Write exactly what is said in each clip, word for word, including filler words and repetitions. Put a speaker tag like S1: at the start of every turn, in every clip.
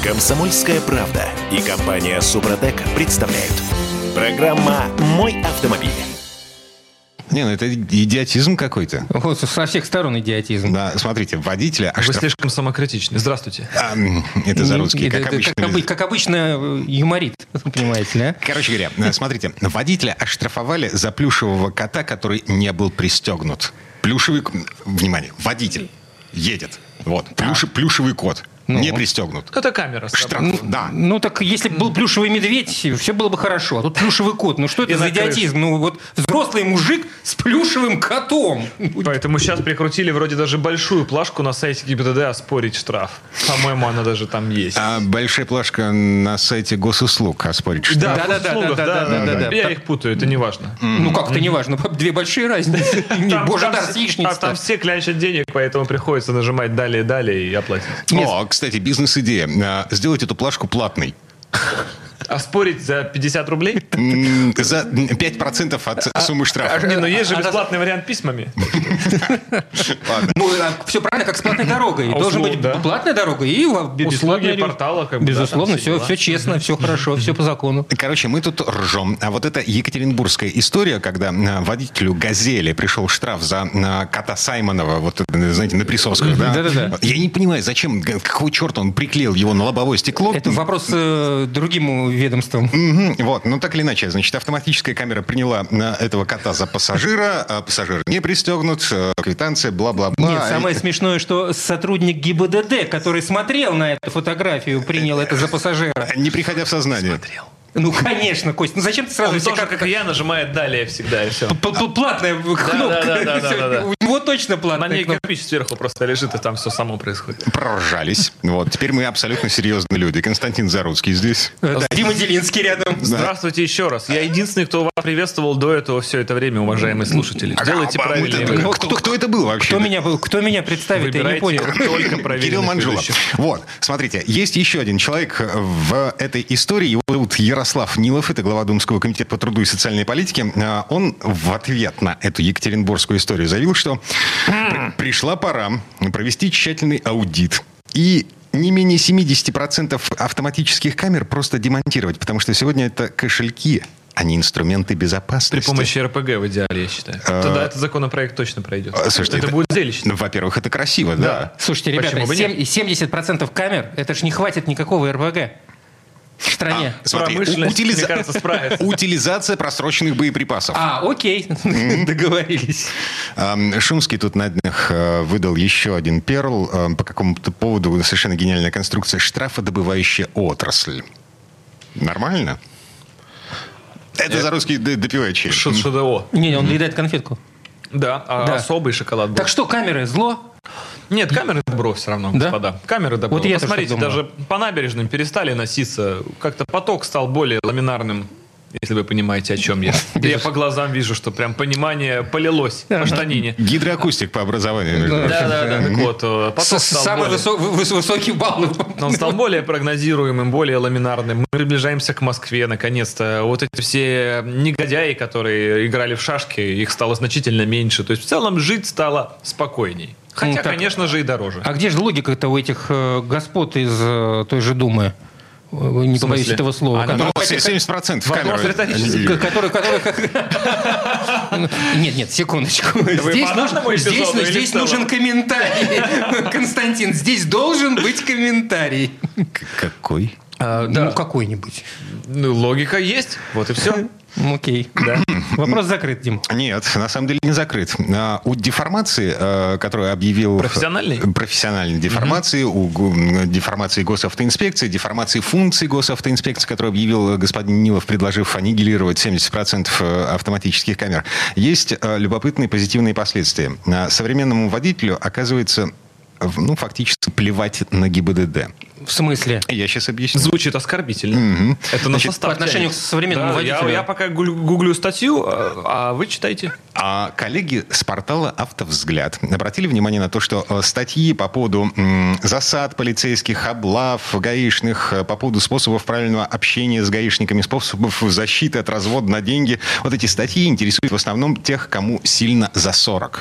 S1: Комсомольская правда и компания «Супротек» представляют. Программа «Мой автомобиль».
S2: Не, ну это идиотизм какой-то.
S3: Вот, со всех сторон идиотизм.
S2: Да, смотрите, водителя...
S4: Вы
S2: оштраф...
S4: слишком самокритичны. Здравствуйте.
S2: А, это Заруцкий, как
S3: это,
S2: обычно.
S3: Как, обы- как обычно юморит, понимаете, да?
S2: Короче говоря, смотрите, водителя оштрафовали за плюшевого кота, который не был пристегнут. Плюшевый... Внимание, водитель едет. Вот, плюш... плюшевый кот. Ну, не пристегнут.
S4: Это камера.
S2: Штраф,
S3: ну,
S2: да.
S3: Ну, так если бы был плюшевый медведь, все было бы хорошо. А тут плюшевый кот. Ну, что это
S4: И
S3: за идиотизм? Ну, вот взрослый мужик с плюшевым котом.
S4: Поэтому сейчас прикрутили вроде даже большую плашку на сайте ГИБДД оспорить штраф. По-моему, она даже там есть.
S2: А большая плашка на сайте госуслуг оспорить штраф.
S4: Да,
S3: Да,
S4: в
S3: да, да,
S4: услугах,
S3: да, да, да, да, да.
S4: Я их путаю, это не важно.
S3: Ну, как-то не важно. Две большие разницы.
S4: Там-
S3: Боже,
S4: там
S3: дар,
S4: все- А
S3: яичница.
S4: там все клянчат денег, поэтому приходится нажимать далее, далее и оплатить.
S2: О, кстати, бизнес-идея. А, Сделать эту плашку платной.
S4: Оспорить за пятьдесят рублей?
S2: М, За пять процентов от суммы штрафа.
S4: Не, ну есть же
S3: а-
S4: бесплатный вариант письмами.
S2: Ладно.
S3: Ну, все правильно, как с платной дорогой.
S4: А
S3: Должна
S4: услуг,
S3: быть
S4: да.
S3: платная дорога и во- бесплатная.
S4: Услуги портала, как бы, да,
S3: Безусловно,
S4: там все
S3: все,
S4: дела.
S3: все честно, все хорошо, все по закону.
S2: Короче, мы тут ржем. А вот эта екатеринбургская история, когда а, водителю «Газели» пришел штраф за а, кота Саймонова, вот, это, знаете, на присосках, да?
S3: Да-да-да.
S2: Я не понимаю, зачем, какого черта он приклеил его на лобовое стекло?
S3: Это вопрос э, другим ведомствам.
S2: Мгм. Вот, ну так или иначе, значит, автоматическая камера приняла а, этого кота за пассажира, а пассажир не пристегнут, а, квитанция, бла-бла-бла.
S3: Нет, самое смешное, что сотрудник ГИБДД, который смотрел на эту фотографию, принял это за пассажира.
S2: Не приходя в сознание.
S3: Ну, конечно, Кость, ну зачем ты сразу
S4: Он
S3: все
S4: тоже,
S3: как...
S4: как и я, нажимает далее всегда, и все.
S3: П- п- Платная кнопка.
S4: да-да-да-да-да-да.
S3: У него точно
S4: На
S3: платная
S4: ней
S3: кнопка.
S4: кирпич сверху просто лежит, и там все само происходит.
S2: Проржались. Вот, теперь мы абсолютно серьезные люди. Константин Заруцкий здесь.
S3: Да, Дима Делинский рядом.
S4: Здравствуйте еще раз. Я единственный, кто вас приветствовал до этого все это время, уважаемые слушатели. Делайте
S2: А, а мы-то-
S4: правильно.
S3: Ну,
S2: Кто, кто это был вообще?
S3: Кто меня, был- кто меня представит, я не
S4: Выбирайте
S3: понял.
S4: только
S2: Кирилл
S4: проверенных
S2: Манжула.
S4: ведущих.
S2: Вот, смотрите, есть еще один человек в этой истории. Его зовут Ярослав Нилов. Это глава Думского комитета по труду и социальной политике. А, Он в ответ на эту екатеринбургскую историю заявил, что при- пришла пора провести тщательный аудит. И не менее семьдесят процентов автоматических камер просто демонтировать, потому что сегодня это кошельки, а не инструменты
S4: При
S2: безопасности.
S4: помощи эр пэ гэ в идеале, я считаю. Тогда этот законопроект точно пройдет.
S2: А, слушайте,
S4: это,
S2: это-
S4: будет зрелищно.
S2: Ну, во-первых, это красиво, да.
S3: Слушайте, ребята,
S4: Почему бы нет?
S3: семь- семьдесят процентов камер, это ж не хватит никакого эр вэ гэ в стране.
S2: Смотри,
S4: Промышленность,
S2: утилиза-
S4: мне кажется, справится.
S2: Утилизация просроченных боеприпасов.
S3: А, окей, договорились.
S2: Эм, Шумский тут на днях э, выдал еще один перл. Эм, По какому-то поводу совершенно гениальная конструкция. Штрафодобывающая отрасль. Нормально? Это за русский д- допивает чай.
S4: Ш- ШДО.
S3: Не, он доедает конфетку.
S4: Да, а
S3: Да.
S4: особый шоколад был.
S3: Так что, камеры, зло?
S4: Нет, камеры добро все равно,
S3: Да?
S4: господа. Камеры добро.
S3: Вот я тоже
S4: Посмотрите,
S3: так думаю.
S4: даже по набережным перестали носиться. Как-то поток стал более ламинарным, если вы понимаете, о чем я. Я по глазам вижу, что прям понимание полилось по штанине.
S2: Гидроакустик по образованию. между прочим.
S4: Да, да, да. Так вот, э, поток
S3: С-
S4: стал
S3: Самый
S4: более-
S3: высо- выс- высокий балл.
S4: Он стал более прогнозируемым, более ламинарным. Мы приближаемся к Москве, наконец-то. Вот эти все негодяи, которые играли в шашки, их стало значительно меньше. То есть в целом жить стало спокойней. Хотя,
S3: Ну, так.
S4: конечно же, и дороже.
S3: А где же логика-то у этих э, господ из э, той же Думы? Э, Не
S4: В
S3: побоюсь
S4: смысле?
S3: этого слова.
S4: Она-
S3: которые-
S2: Ну, се- семьдесят процентов
S4: Вопрос
S2: камеры.
S4: риторический.
S3: К- Который, который, как- Нет, нет, секундочку. Здесь,
S4: по
S3: нужен,
S4: данному
S3: здесь,
S4: эпизоду или
S3: здесь
S4: в целом?
S3: нужен комментарий. Константин, здесь должен быть комментарий.
S2: Какой?
S3: А,
S4: Да.
S3: Ну, какой-нибудь.
S4: Ну, логика есть. Вот и все.
S3: Ну, окей. Да. Вопрос закрыт, Дим.
S2: Нет, на самом деле не закрыт. А, У деформации, э, которую объявил...
S4: Профессиональной?
S2: Профессиональной деформации, у гу- деформации госавтоинспекции, деформации функций госавтоинспекции, которую объявил господин Нилов, предложив аннигилировать семьдесят процентов автоматических камер. Есть э, любопытные позитивные последствия. А, Современному водителю, оказывается, в- ну, фактически плевать на ГИБДД.
S3: В смысле?
S2: Я сейчас объясню.
S4: Звучит оскорбительно.
S2: Мгм.
S4: Это на
S2: Значит,
S4: состав
S3: по отношению
S4: тянет.
S3: к современному
S4: Да, я-
S3: водителю.
S4: Я, пока гу- гуглю статью, а, а вы читайте.
S2: А коллеги с портала «Автовзгляд» обратили внимание на то, что э, статьи по поводу м, засад полицейских, облав гаишных, э, по поводу способов правильного общения с гаишниками, способов защиты от развода на деньги, вот эти статьи интересуют в основном тех, кому сильно за сорок.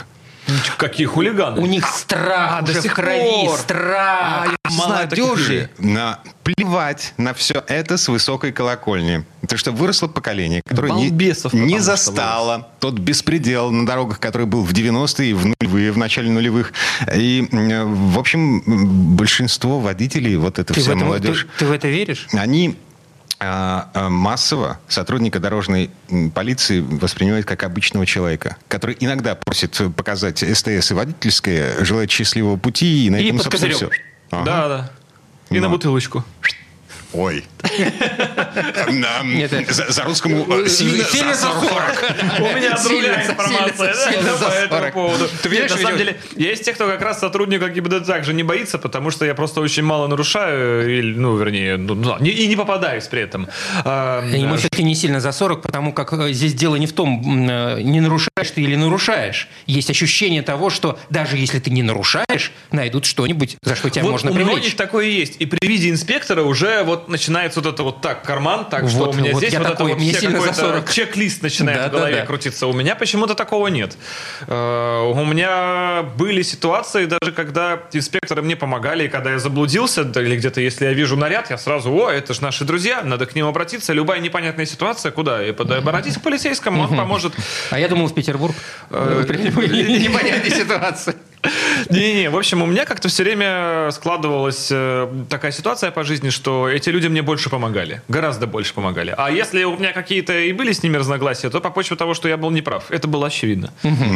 S4: Какие хулиганы?
S3: У них страх
S4: А,
S3: уже
S4: до
S3: в
S4: сих
S3: крови,
S4: пор.
S3: страх.
S4: А, я знаю таких людей.
S2: Молодежи на плевать на все это с высокой колокольни. Потому что выросло поколение, которое не,
S4: Балбесов,
S2: не
S4: потому что
S2: застало тот беспредел на дорогах, который был в девяностые, в нулевые, в начале нулевых. И, в общем, большинство водителей, вот эта
S3: Ты в,
S2: вся
S3: этом-
S2: молодежь,
S3: ты- ты в это веришь?
S2: они а, а, массово сотрудника дорожной м, полиции воспринимают как обычного человека, который иногда просит показать СТС и водительское, желает счастливого пути, и на
S3: И
S2: этом,
S3: под
S2: собственно, все.
S3: козырек.
S4: Да, да. И на
S2: Ну.
S4: бутылочку.
S2: Ой. На-
S3: Нет, это-
S2: За за русскому э, сильно
S3: Сильно
S2: за
S3: за
S2: сорок.
S4: У меня другая
S3: Сильно,
S4: информация
S3: сильно, сильно
S4: да,
S3: за
S4: по этому
S3: сорок.
S4: поводу.
S3: Ты
S4: Нет,
S3: понимаешь,
S4: на самом
S3: ведь-
S4: деле, я из тех, кто как раз сотрудника ГИБДД также не боится, потому что я просто очень мало нарушаю, или, ну, вернее, ну, да, не- и не попадаюсь при этом. А,
S3: Ему
S4: да.
S3: все-таки не сильно за сорок, потому как э, здесь дело не в том, м, э, не нарушаешь ты или нарушаешь. Есть ощущение того, что даже если ты не нарушаешь, найдут что-нибудь, за что тебя
S4: Вот
S3: можно
S4: у
S3: привлечь.
S4: многих такое есть. И при виде инспектора уже вот начинается вот это вот так, карман, так что
S3: Вот,
S4: у меня
S3: вот
S4: здесь
S3: я
S4: вот
S3: такой,
S4: это вот
S3: мне
S4: все
S3: сильно за
S4: какой-то
S3: сорок.
S4: чек-лист начинает
S3: Да,
S4: в голове
S3: да, да.
S4: крутиться. У меня почему-то такого нет. Э, У меня были ситуации, даже когда инспекторы мне помогали, и когда я заблудился, да, или где-то, если я вижу наряд, я сразу, о, это же наши друзья, надо к ним обратиться. Любая непонятная ситуация, куда? Я подаю, обратись к полицейскому, он поможет.
S3: А я думал, в Петербург.
S4: Э,
S3: При непонятной ситуации.
S4: Не-не, в общем, у меня как-то все время складывалась э, такая ситуация по жизни, что эти люди мне больше помогали. Гораздо больше помогали. А если у меня какие-то и были с ними разногласия, то по почве того, что я был неправ. Это было очевидно.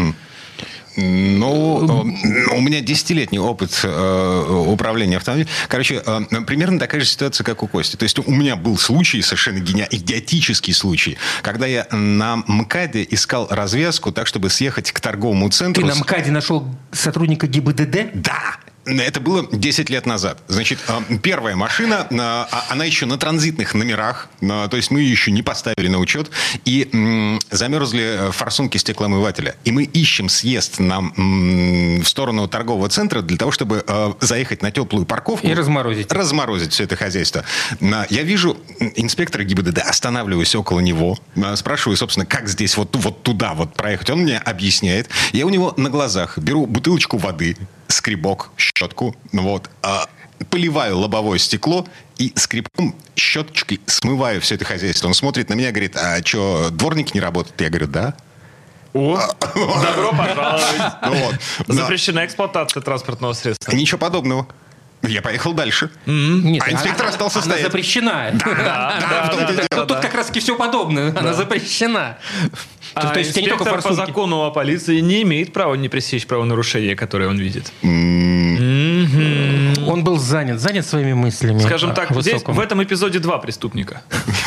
S2: Ну, э, у меня десятилетний опыт э, управления автомобилем. Короче, э, примерно такая же ситуация, как у Кости. То есть у меня был случай, совершенно гения... идиотический случай, когда я на МКАДе искал развязку так, чтобы съехать к торговому центру.
S3: Ты на
S2: с-
S3: МКАДе нашел сотрудника ГИБДД?
S2: Да! Это было десять лет назад. Значит, э, первая машина, э, а- она еще на транзитных номерах, э, то есть мы ее еще не поставили на учет, и м, замерзли форсунки стеклоомывателя. И мы ищем съезд на, м, в сторону торгового центра для того, чтобы э, заехать на теплую парковку.
S3: И разморозить.
S2: Разморозить все это хозяйство. На- Я вижу инспектора ГИБДД, останавливаюсь около него, э, спрашиваю, собственно, как здесь вот, вот туда вот проехать. Он мне объясняет. Я у него на глазах беру бутылочку воды, скребок, щетку, вот, а, поливаю лобовое стекло и скребком, щеточкой смываю все это хозяйство. Он смотрит на меня и говорит, а что, дворники не работают? Я говорю, да.
S4: О, добро пожаловать.
S2: Вот. Но
S4: Запрещена эксплуатация транспортного средства.
S2: ничего подобного. Я поехал дальше.
S3: Нет,
S2: А инспектор
S3: она-
S2: остался
S3: она
S2: стоять.
S3: запрещена.
S2: Да, в том-то и дело.
S3: Ну, Тут как раз таки все подобное. Она запрещена.
S4: А
S3: То есть у тебя не только
S4: инспектор по
S3: форсунки.
S4: закону о полиции не имеет права не пресечь правонарушения, которое он видит.
S3: Он был занят, занят своими мыслями.
S4: Скажем
S3: о
S4: так, здесь
S3: высоком.
S4: в этом эпизоде два преступника.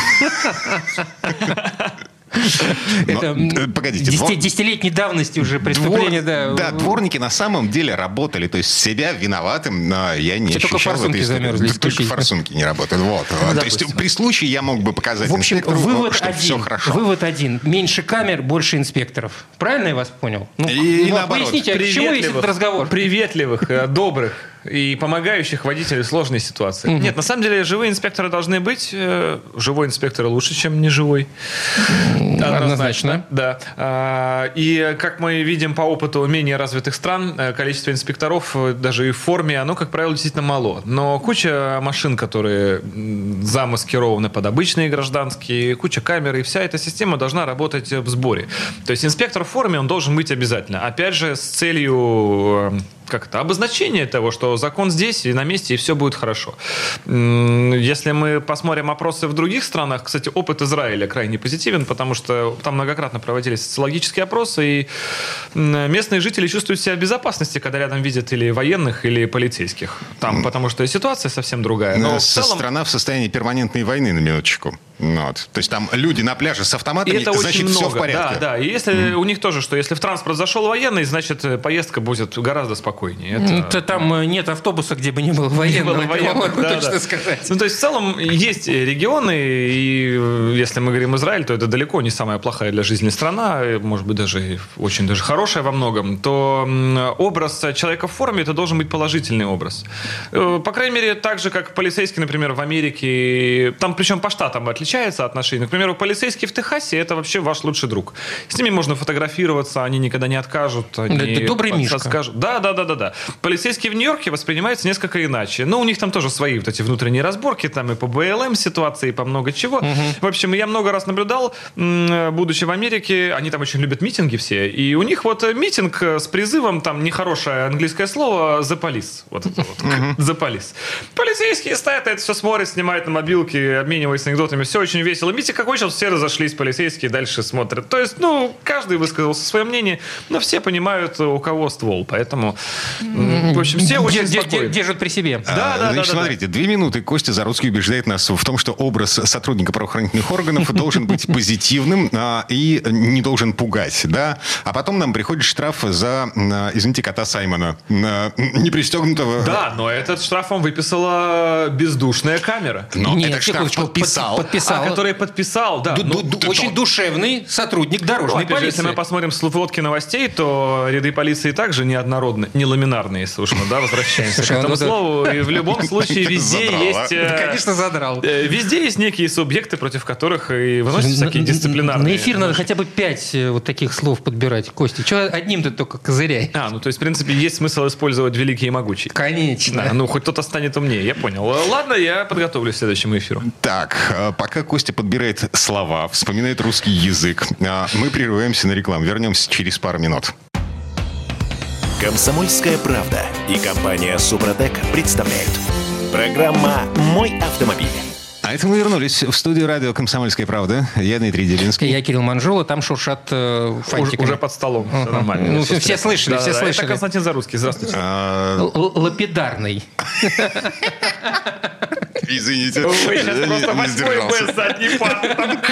S3: Это
S2: Но, э, погодите,
S3: десяти-
S2: двор-
S3: десятилетней давности уже преступление,
S2: Двор-
S3: да.
S2: да, дворники на самом деле работали, то есть себя виноватым а, я не
S3: Все только
S2: ощущал в
S3: форсунки
S2: этой истории.
S3: замерзли
S2: Да, Только
S3: исключительно.
S2: форсунки не работают. Вот. То есть
S4: допустим.
S2: при случае я мог бы показать
S3: В общем,
S2: инспектору,
S3: вывод
S2: что все
S3: один.
S2: хорошо.
S3: Вывод один. Меньше камер, больше инспекторов. Правильно я вас понял? Ну,
S2: И
S3: ну,
S2: наоборот.
S3: Поясните, к чему весь этот разговор?
S4: приветливых, э, добрых и помогающих водителю в сложной ситуации. Нет, на самом деле живые инспекторы должны быть. э, Живой инспектор лучше, чем неживой.
S3: Однозначно.
S4: Да. А, И как мы видим по опыту менее развитых стран, э, количество инспекторов э, даже и в форме, оно, как правило, действительно мало. Но куча машин, которые м, замаскированы под обычные гражданские, куча камер, и вся эта система должна работать в сборе. То есть инспектор в форме, он должен быть обязательно. Опять же, с целью... э, как это, обозначение того, что закон здесь и на месте, и все будет хорошо. М, Если мы посмотрим опросы в других странах, кстати, опыт Израиля крайне позитивен, потому что там многократно проводились социологические опросы, и м, местные жители чувствуют себя в безопасности, когда рядом видят или военных, или полицейских. Там, потому что ситуация совсем другая. Но
S2: Но
S4: в целом...
S2: страна в состоянии перманентной войны, на минуточку. Ну вот. То есть там люди на пляже с
S4: И
S2: автоматами,
S4: это
S2: значит,
S4: очень
S2: все
S4: много.
S2: в порядке.
S4: Да, да. И если у них тоже, что если в транспорт зашел военный, значит, э, поездка будет гораздо спокойнее. Это-
S3: Это там э, нет автобуса, где бы не было военного.
S4: было
S3: это
S4: военных,
S3: могу
S4: да,
S3: точно
S4: да.
S3: сказать.
S4: Ну, то есть, в целом, есть регионы, и э, если мы говорим Израиль, то это далеко не самая плохая для жизни страна, э, может быть, даже и очень даже хорошая во многом, то м, образ человека в форме, это должен быть положительный образ. Э, По крайней мере, так же, как полицейский, например, в Америке, там причем по штатам отличается, отличается отношение. К примеру, полицейские в Техасе – это вообще ваш лучший друг. С ними можно фотографироваться, они никогда не откажут. Они
S3: да, это добрый Мишка.
S4: Скажут. Да, да, да, да, да. Полицейские в Нью-Йорке воспринимаются несколько иначе. Но у них там тоже свои вот эти внутренние разборки, там и по бэ эл эм ситуации, и по много чего. Угу. В общем, я много раз наблюдал, будучи в Америке, они там очень любят митинги все, и у них вот митинг с призывом, там нехорошее английское слово «the police». Вот это вот. Uh-huh. «The police». Полицейские стоят, это все смотрят, снимают на мобилки, обмениваются анекдотами. Все очень весело. Митинг окончился, все разошлись, полицейские дальше смотрят. То есть, ну, каждый высказал свое мнение, но все понимают, у кого ствол. Поэтому, в общем, все очень спокойны.
S3: Держат при себе.
S2: Да, да, да. Значит, смотрите, две минуты Костя Заруцкий убеждает нас в том, что образ сотрудника правоохранительных органов должен быть позитивным и не должен пугать, да? А потом нам приходит штраф за, извините, кота Саймона, непристегнутого.
S4: Да, но этот штраф вам выписала бездушная камера.
S2: Но Нет, этот штраф подписал.
S3: подписал.
S4: А, который подписал, да.
S3: Ду-
S4: ну,
S3: ду- очень
S2: то...
S3: душевный сотрудник дорожной
S4: ну,
S3: полиции.
S4: Же, если мы посмотрим сводки новостей, то ряды полиции также неоднородны, не ламинарные, если уж мы, да, возвращаемся к этому слову. И в любом случае везде есть...
S3: Конечно, задрал.
S4: Везде есть некие субъекты, против которых и выносят всякие дисциплинарные.
S3: На эфир надо хотя бы пять вот таких слов подбирать, Костя. Чего одним-то только козыряй?
S4: А, ну то есть, в принципе, есть смысл использовать великий и могучий.
S3: Конечно.
S4: Да, ну, хоть кто-то станет умнее, я понял. Ладно, я подготовлюсь к следующему эфиру.
S2: Так, пока Костя подбирает слова, вспоминает русский язык, мы прерываемся на рекламу. Вернемся через пару минут.
S1: «Комсомольская правда» и компания «Супротек» представляют. Программа «Мой автомобиль».
S2: А это мы вернулись в студию радио «Комсомольская правда». Я Дмитрий Делинский.
S3: Я Кирилл Манжула. Там шуршат э, фантиками.
S4: Уже под столом. Uh-huh. Все нормально.
S3: Ну, все, все слышали,
S4: да,
S3: все
S4: да,
S3: слышали.
S4: Это Константин Заруцкий. Здравствуйте.
S3: Л- лапидарный.
S2: Извините.
S4: Вы сейчас просто восьмой Б задний пар.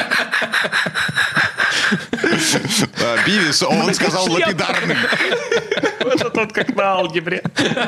S2: Бивис, он сказал лапидарный.
S4: Это тот, как на алгебре.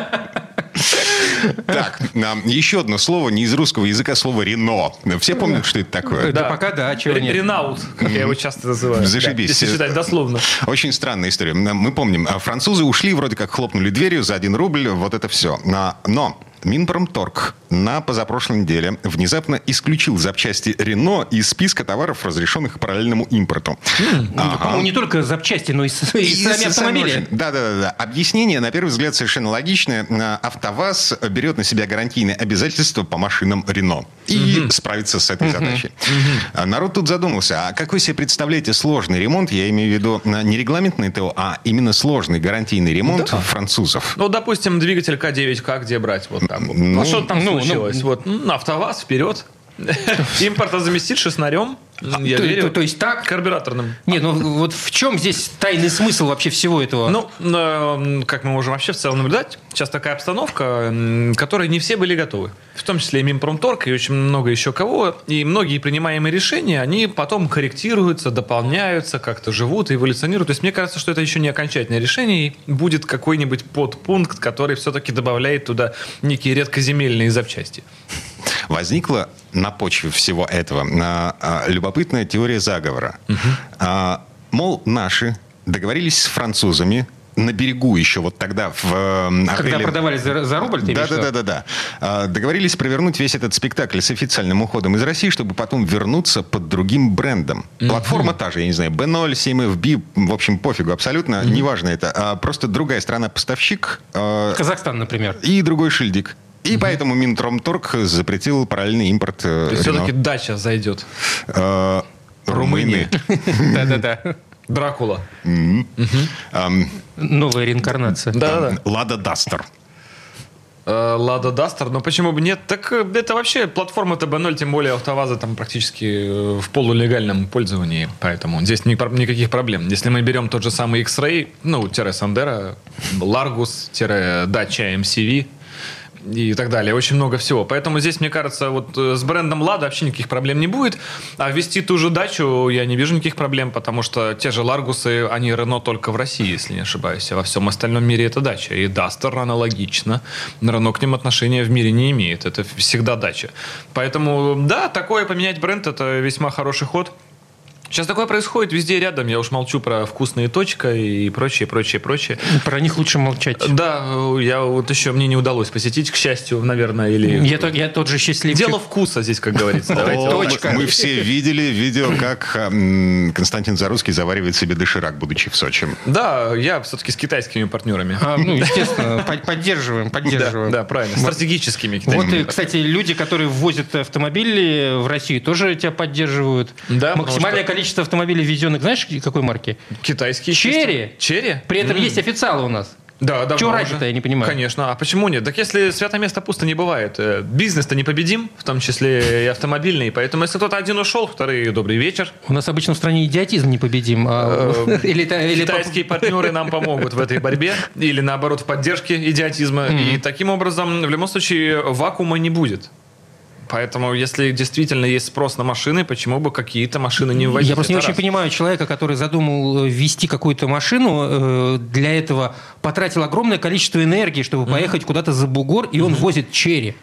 S2: Так, еще одно слово, не из русского языка, слово «Рено». Все помнят, что это такое?
S3: Да, пока да, чего нет.
S4: Ренаут, как я его часто называю.
S2: Зашибись.
S4: Если считать дословно.
S2: Очень странная история. Мы помним, французы ушли, вроде как хлопнули дверью за один рубль, вот это все. Но Минпромторг на позапрошлой неделе внезапно исключил запчасти Рено из списка товаров, разрешенных к параллельному импорту.
S3: Mm, ага. По-моему, не только запчасти, но и, и, и сами автомобили.
S2: Да-да-да. Объяснение, на первый взгляд, совершенно логичное. АвтоВАЗ берет на себя гарантийные обязательства по машинам Рено. И mm-hmm. справится с этой mm-hmm. задачей. Mm-hmm. Народ тут задумался, а как вы себе представляете сложный ремонт? Я имею в виду не регламентный ТО, а именно сложный гарантийный ремонт да. французов.
S4: Ну, допустим, двигатель К девять К, где брать? Вот там. Ну, ну, что там ну, случилось? Ну, вот, ну, АвтоВАЗ, вперед. Импортозаместитель шеснарем. Я
S3: то,
S4: верю.
S3: То, то есть так?
S4: Карбюраторным.
S3: Нет, ну вот в чем здесь тайный смысл вообще всего этого?
S4: Ну, э, как мы можем вообще в целом наблюдать, сейчас такая обстановка, э, которой не все были готовы. В том числе и Минпромторг, и очень много еще кого. И многие принимаемые решения, они потом корректируются, дополняются, как-то живут, эволюционируют. То есть мне кажется, что это еще не окончательное решение. И будет какой-нибудь подпункт, который все-таки добавляет туда некие редкоземельные запчасти.
S2: Возникла на почве всего этого а, а, любопытная теория заговора. Угу. А, мол, наши договорились с французами на берегу еще вот тогда в
S3: Когда
S2: апреле...
S3: продавали за, за рубль, ты
S2: да,
S3: имеешь в
S2: да,
S3: виду?
S2: да, да, да. А, договорились провернуть весь этот спектакль с официальным уходом из России, чтобы потом вернуться под другим брендом. Mm-hmm. Платформа та же, я не знаю, би ноль, семь эф би, в общем, пофигу абсолютно, mm-hmm. неважно это. А, просто другая страна-поставщик. А,
S3: Казахстан, например.
S2: И другой шильдик. И mm-hmm. поэтому Минпромторг запретил параллельный импорт. То
S4: есть все-таки дача зайдет.
S2: Румыния.
S3: Да-да-да.
S4: Дракула.
S3: Новая реинкарнация.
S4: Да-да-да.
S2: Лада Дастер.
S4: Лада Дастер, но почему бы нет? Так это вообще платформа Тэ Бэ ноль, тем более АвтоВАЗа там практически в полулегальном пользовании, поэтому здесь никаких проблем. Если мы берем тот же самый X-Ray, ну, тире Сандеро, Ларгус, тире Dacia эм си ви, и так далее. Очень много всего. Поэтому здесь, мне кажется, вот с брендом Лада вообще никаких проблем не будет. А ввести ту же дачу я не вижу никаких проблем, потому что те же Ларгусы, они Рено только в России, если не ошибаюсь. А во всем остальном мире это дача. И Дастер аналогично. Рено к ним отношения в мире не имеет. Это всегда дача. Поэтому, да, такое поменять бренд, это весьма хороший ход. Сейчас такое происходит везде рядом. Я уж молчу про вкусные точка и прочее, прочее, прочее.
S3: Про них лучше молчать.
S4: Да, я вот еще мне не удалось посетить, к счастью, наверное, или...
S3: Я, я тот же счастливчик.
S4: Дело вкуса здесь, как говорится.
S3: Точка.
S2: Мы все видели видео, как м, Константин Заруцкий заваривает себе доширак, будучи в Сочи.
S4: Да, я все-таки с китайскими партнерами.
S3: А, ну, естественно, поддерживаем, поддерживаем.
S4: Да, да, правильно, стратегическими
S3: Вот,
S4: китайскими.
S3: и, кстати, люди, которые ввозят автомобили в Россию, тоже тебя поддерживают.
S4: Да,
S3: максимальное количество автомобилей ввезенных, знаешь, какой марки?
S4: Китайские.
S3: Черри.
S4: Черри?
S3: При этом
S4: М.
S3: есть официалы у нас.
S4: Да, да.
S3: Чего ради-то, я не понимаю.
S4: Конечно. А почему нет? Так если святое место пусто не бывает. Э, Бизнес-то непобедим, в том числе и автомобильный. Поэтому если кто-то один ушел, второй добрый вечер.
S3: У нас обычно в стране идиотизм непобедим. а- или та- или
S4: Китайские партнеры нам помогут в этой борьбе. Или наоборот в поддержке идиотизма. И таким образом, в любом случае, вакуума не будет. Поэтому, если действительно есть спрос на машины, почему бы какие-то машины не ввозить?
S3: Я просто не
S4: Это
S3: очень
S4: раз.
S3: понимаю человека, который задумал ввести какую-то машину, э, для этого потратил огромное количество энергии, чтобы поехать куда-то за бугор, и он возит черри.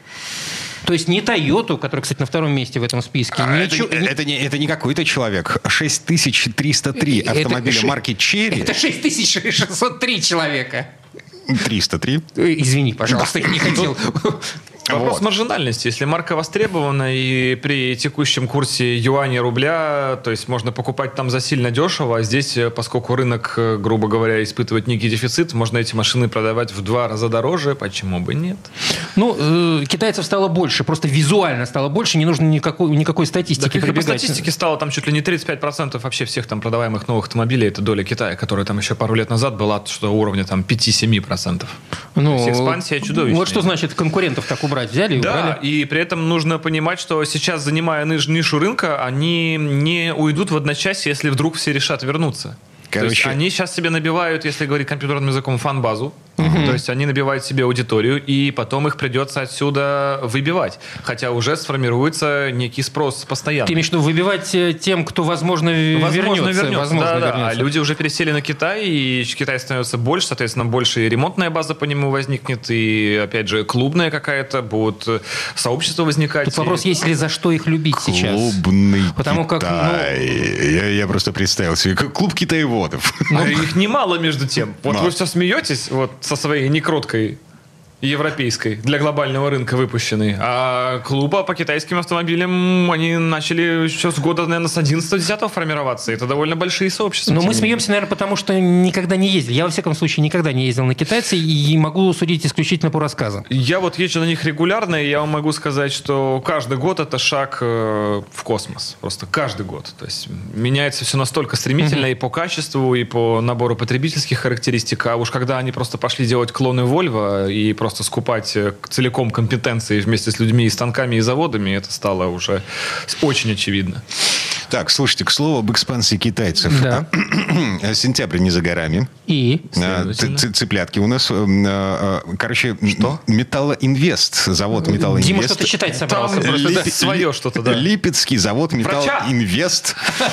S3: То есть не Тойоту, которая, кстати, на втором месте в этом списке.
S2: А это,
S3: ничего-
S2: не- это, не, это не какой-то человек. шесть тысяч триста три
S3: Это
S2: автомобиля
S3: ши-
S2: марки Черри.
S3: Это шесть тысяч шестьсот три человека.
S2: триста три.
S3: Э, Извини, пожалуйста, я не хотел.
S4: Вопрос
S2: Вот.
S4: маржинальности. Если марка востребована и при текущем курсе юаня рубля, то есть можно покупать там за сильно дешево, а здесь, э, поскольку рынок, э, грубо говоря, испытывает некий дефицит, можно эти машины продавать в два раза дороже, почему бы нет?
S3: Ну, э, китайцев стало больше, просто визуально стало больше, не нужно никакой, никакой
S4: Так
S3: статистики
S4: и по
S3: прибегать.
S4: статистике стало там чуть ли не тридцать пять процентов вообще всех там продаваемых новых автомобилей, это доля Китая, которая там еще пару лет назад была что уровня там пять-семь процентов.
S3: Ну,
S4: То есть экспансия чудовищная.
S3: Вот что значит конкурентов так убрать. Взяли и
S4: Да,
S3: убрали.
S4: и при этом нужно понимать, что сейчас, занимая низ- нишу рынка, они не уйдут в одночасье, если вдруг все решат вернуться. То есть
S2: Короче-
S4: они сейчас себе набивают, если говорить компьютерным языком, фан-базу. То есть они набивают себе аудиторию, и потом их придется отсюда выбивать. Хотя уже сформируется некий спрос постоянно.
S3: Ты имеешь в виду выбивать э, тем, кто, возможно,
S4: Возможно,
S3: вернется.
S4: вернется.
S3: Возможно,
S4: да, да.
S3: вернется.
S4: А люди уже пересели на Китай, и Китай становится больше, соответственно, больше и ремонтная база по нему возникнет, и, опять же, клубная какая-то, будут э, сообщества возникать.
S3: Тут вопрос, есть ли за что их любить сейчас.
S2: Клубный
S3: Потому как,
S2: Китай. я, я просто представил себе. как Клуб китаеводов.
S4: А их немало между тем. Вот
S2: Но.
S4: вы все смеетесь вот со своей некроткой европейской, для глобального рынка выпущенной. А клуба по китайским автомобилям, они начали еще с года, наверное, с одиннадцатого-десятого формироваться. Это довольно большие сообщества.
S3: Но
S4: тем
S3: мы
S4: не менее.
S3: смеемся, наверное, потому что никогда не ездили. Я, во всяком случае, никогда не ездил на китайца и могу судить исключительно по рассказам.
S4: Я вот езжу на них регулярно, и я вам могу сказать, что каждый год это шаг э, в космос. Просто каждый год. То есть меняется все настолько стремительно и по качеству, и по набору потребительских характеристик. А уж когда они просто пошли делать клоны Volvo и просто скупать э, целиком компетенции вместе с людьми и станками и заводами, это стало уже очень очевидно.
S2: Так, слушайте, к слову об экспансии китайцев.
S3: Да.
S2: Сентябрь не за горами.
S3: И?
S2: А,
S4: Следовательно.
S2: ц- Цыплятки у нас. э, э, Короче, что? Металлоинвест. Завод Металлоинвест.
S3: Дима что-то читать собрался.
S4: Там
S3: просто,
S4: просто
S3: да.
S4: свое что-то, да.
S2: Липецкий завод
S4: Врача!
S2: Металлоинвест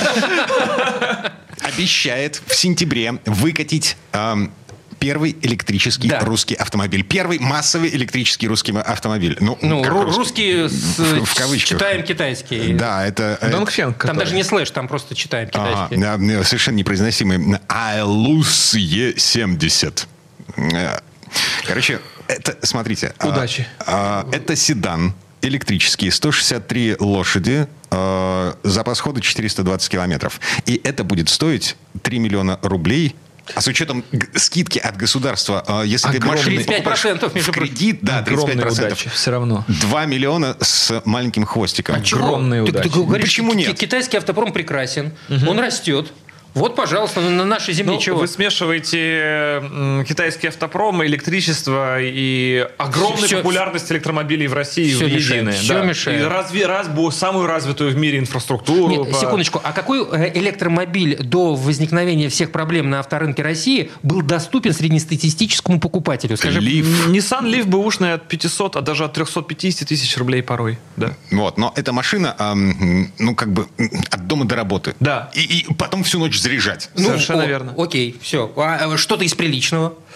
S2: обещает в сентябре выкатить эм, первый электрический
S3: Да.
S2: русский автомобиль. Первый массовый электрический русский автомобиль. Ну,
S3: Ну,
S2: как
S3: ру-
S2: русский?
S3: русские с,
S2: В- в кавычках.
S3: читаем китайский.
S2: Да, это... э,
S4: Донгфенг,
S3: Там
S4: который-
S3: даже не слэш, там просто читаем
S2: Ага,
S3: китайский.
S2: да, да, совершенно непроизносимый. Айлус Е семьдесят. Э, Короче, это, смотрите. а,
S4: Удачи.
S2: а, Это седан электрический, сто шестьдесят три лошади, э, запас хода четыреста двадцать километров. И это будет стоить три миллиона рублей. А с учетом г- скидки от государства, э, если ты
S4: Огромный.
S2: машину
S3: тридцать пять процентов,
S2: покупаешь
S3: между
S2: в
S3: прочим.
S2: кредит, да, тридцать пять
S4: Огромная
S2: процентов.
S4: удача, все равно.
S2: два миллиона с маленьким хвостиком.
S3: Чего?
S4: Огромные
S3: Ты- ты
S4: удачи.
S3: говоришь,
S2: Почему
S3: ки-
S2: нет?
S3: Китайский автопром прекрасен, он растет. Вот, пожалуйста, на нашей земле
S4: Ну,
S3: чего?
S4: вы смешиваете м, китайский автопром, электричество и огромную
S3: Всё-
S4: популярность электромобилей в России
S3: всё
S4: в
S3: мешает,
S4: единое.
S3: всё мешает.
S4: И разве раз, бу- самую развитую в мире инфраструктуру.
S3: Нет,
S4: по-
S3: секундочку, а какой э, электромобиль до возникновения всех проблем на авторынке России был доступен среднестатистическому покупателю? Скажи,
S2: Лиф.
S4: М, Nissan Leaf бэушный от пятисот, а даже от трехсот пятидесяти тысяч рублей порой. Да.
S2: Вот, но эта машина, ам, ну, как бы м, от дома до работы.
S4: Да.
S2: И, и потом всю ночь заряжать.
S3: ну,
S4: Совершенно
S3: о,
S4: верно.
S3: Окей, все. А э, что-то из приличного?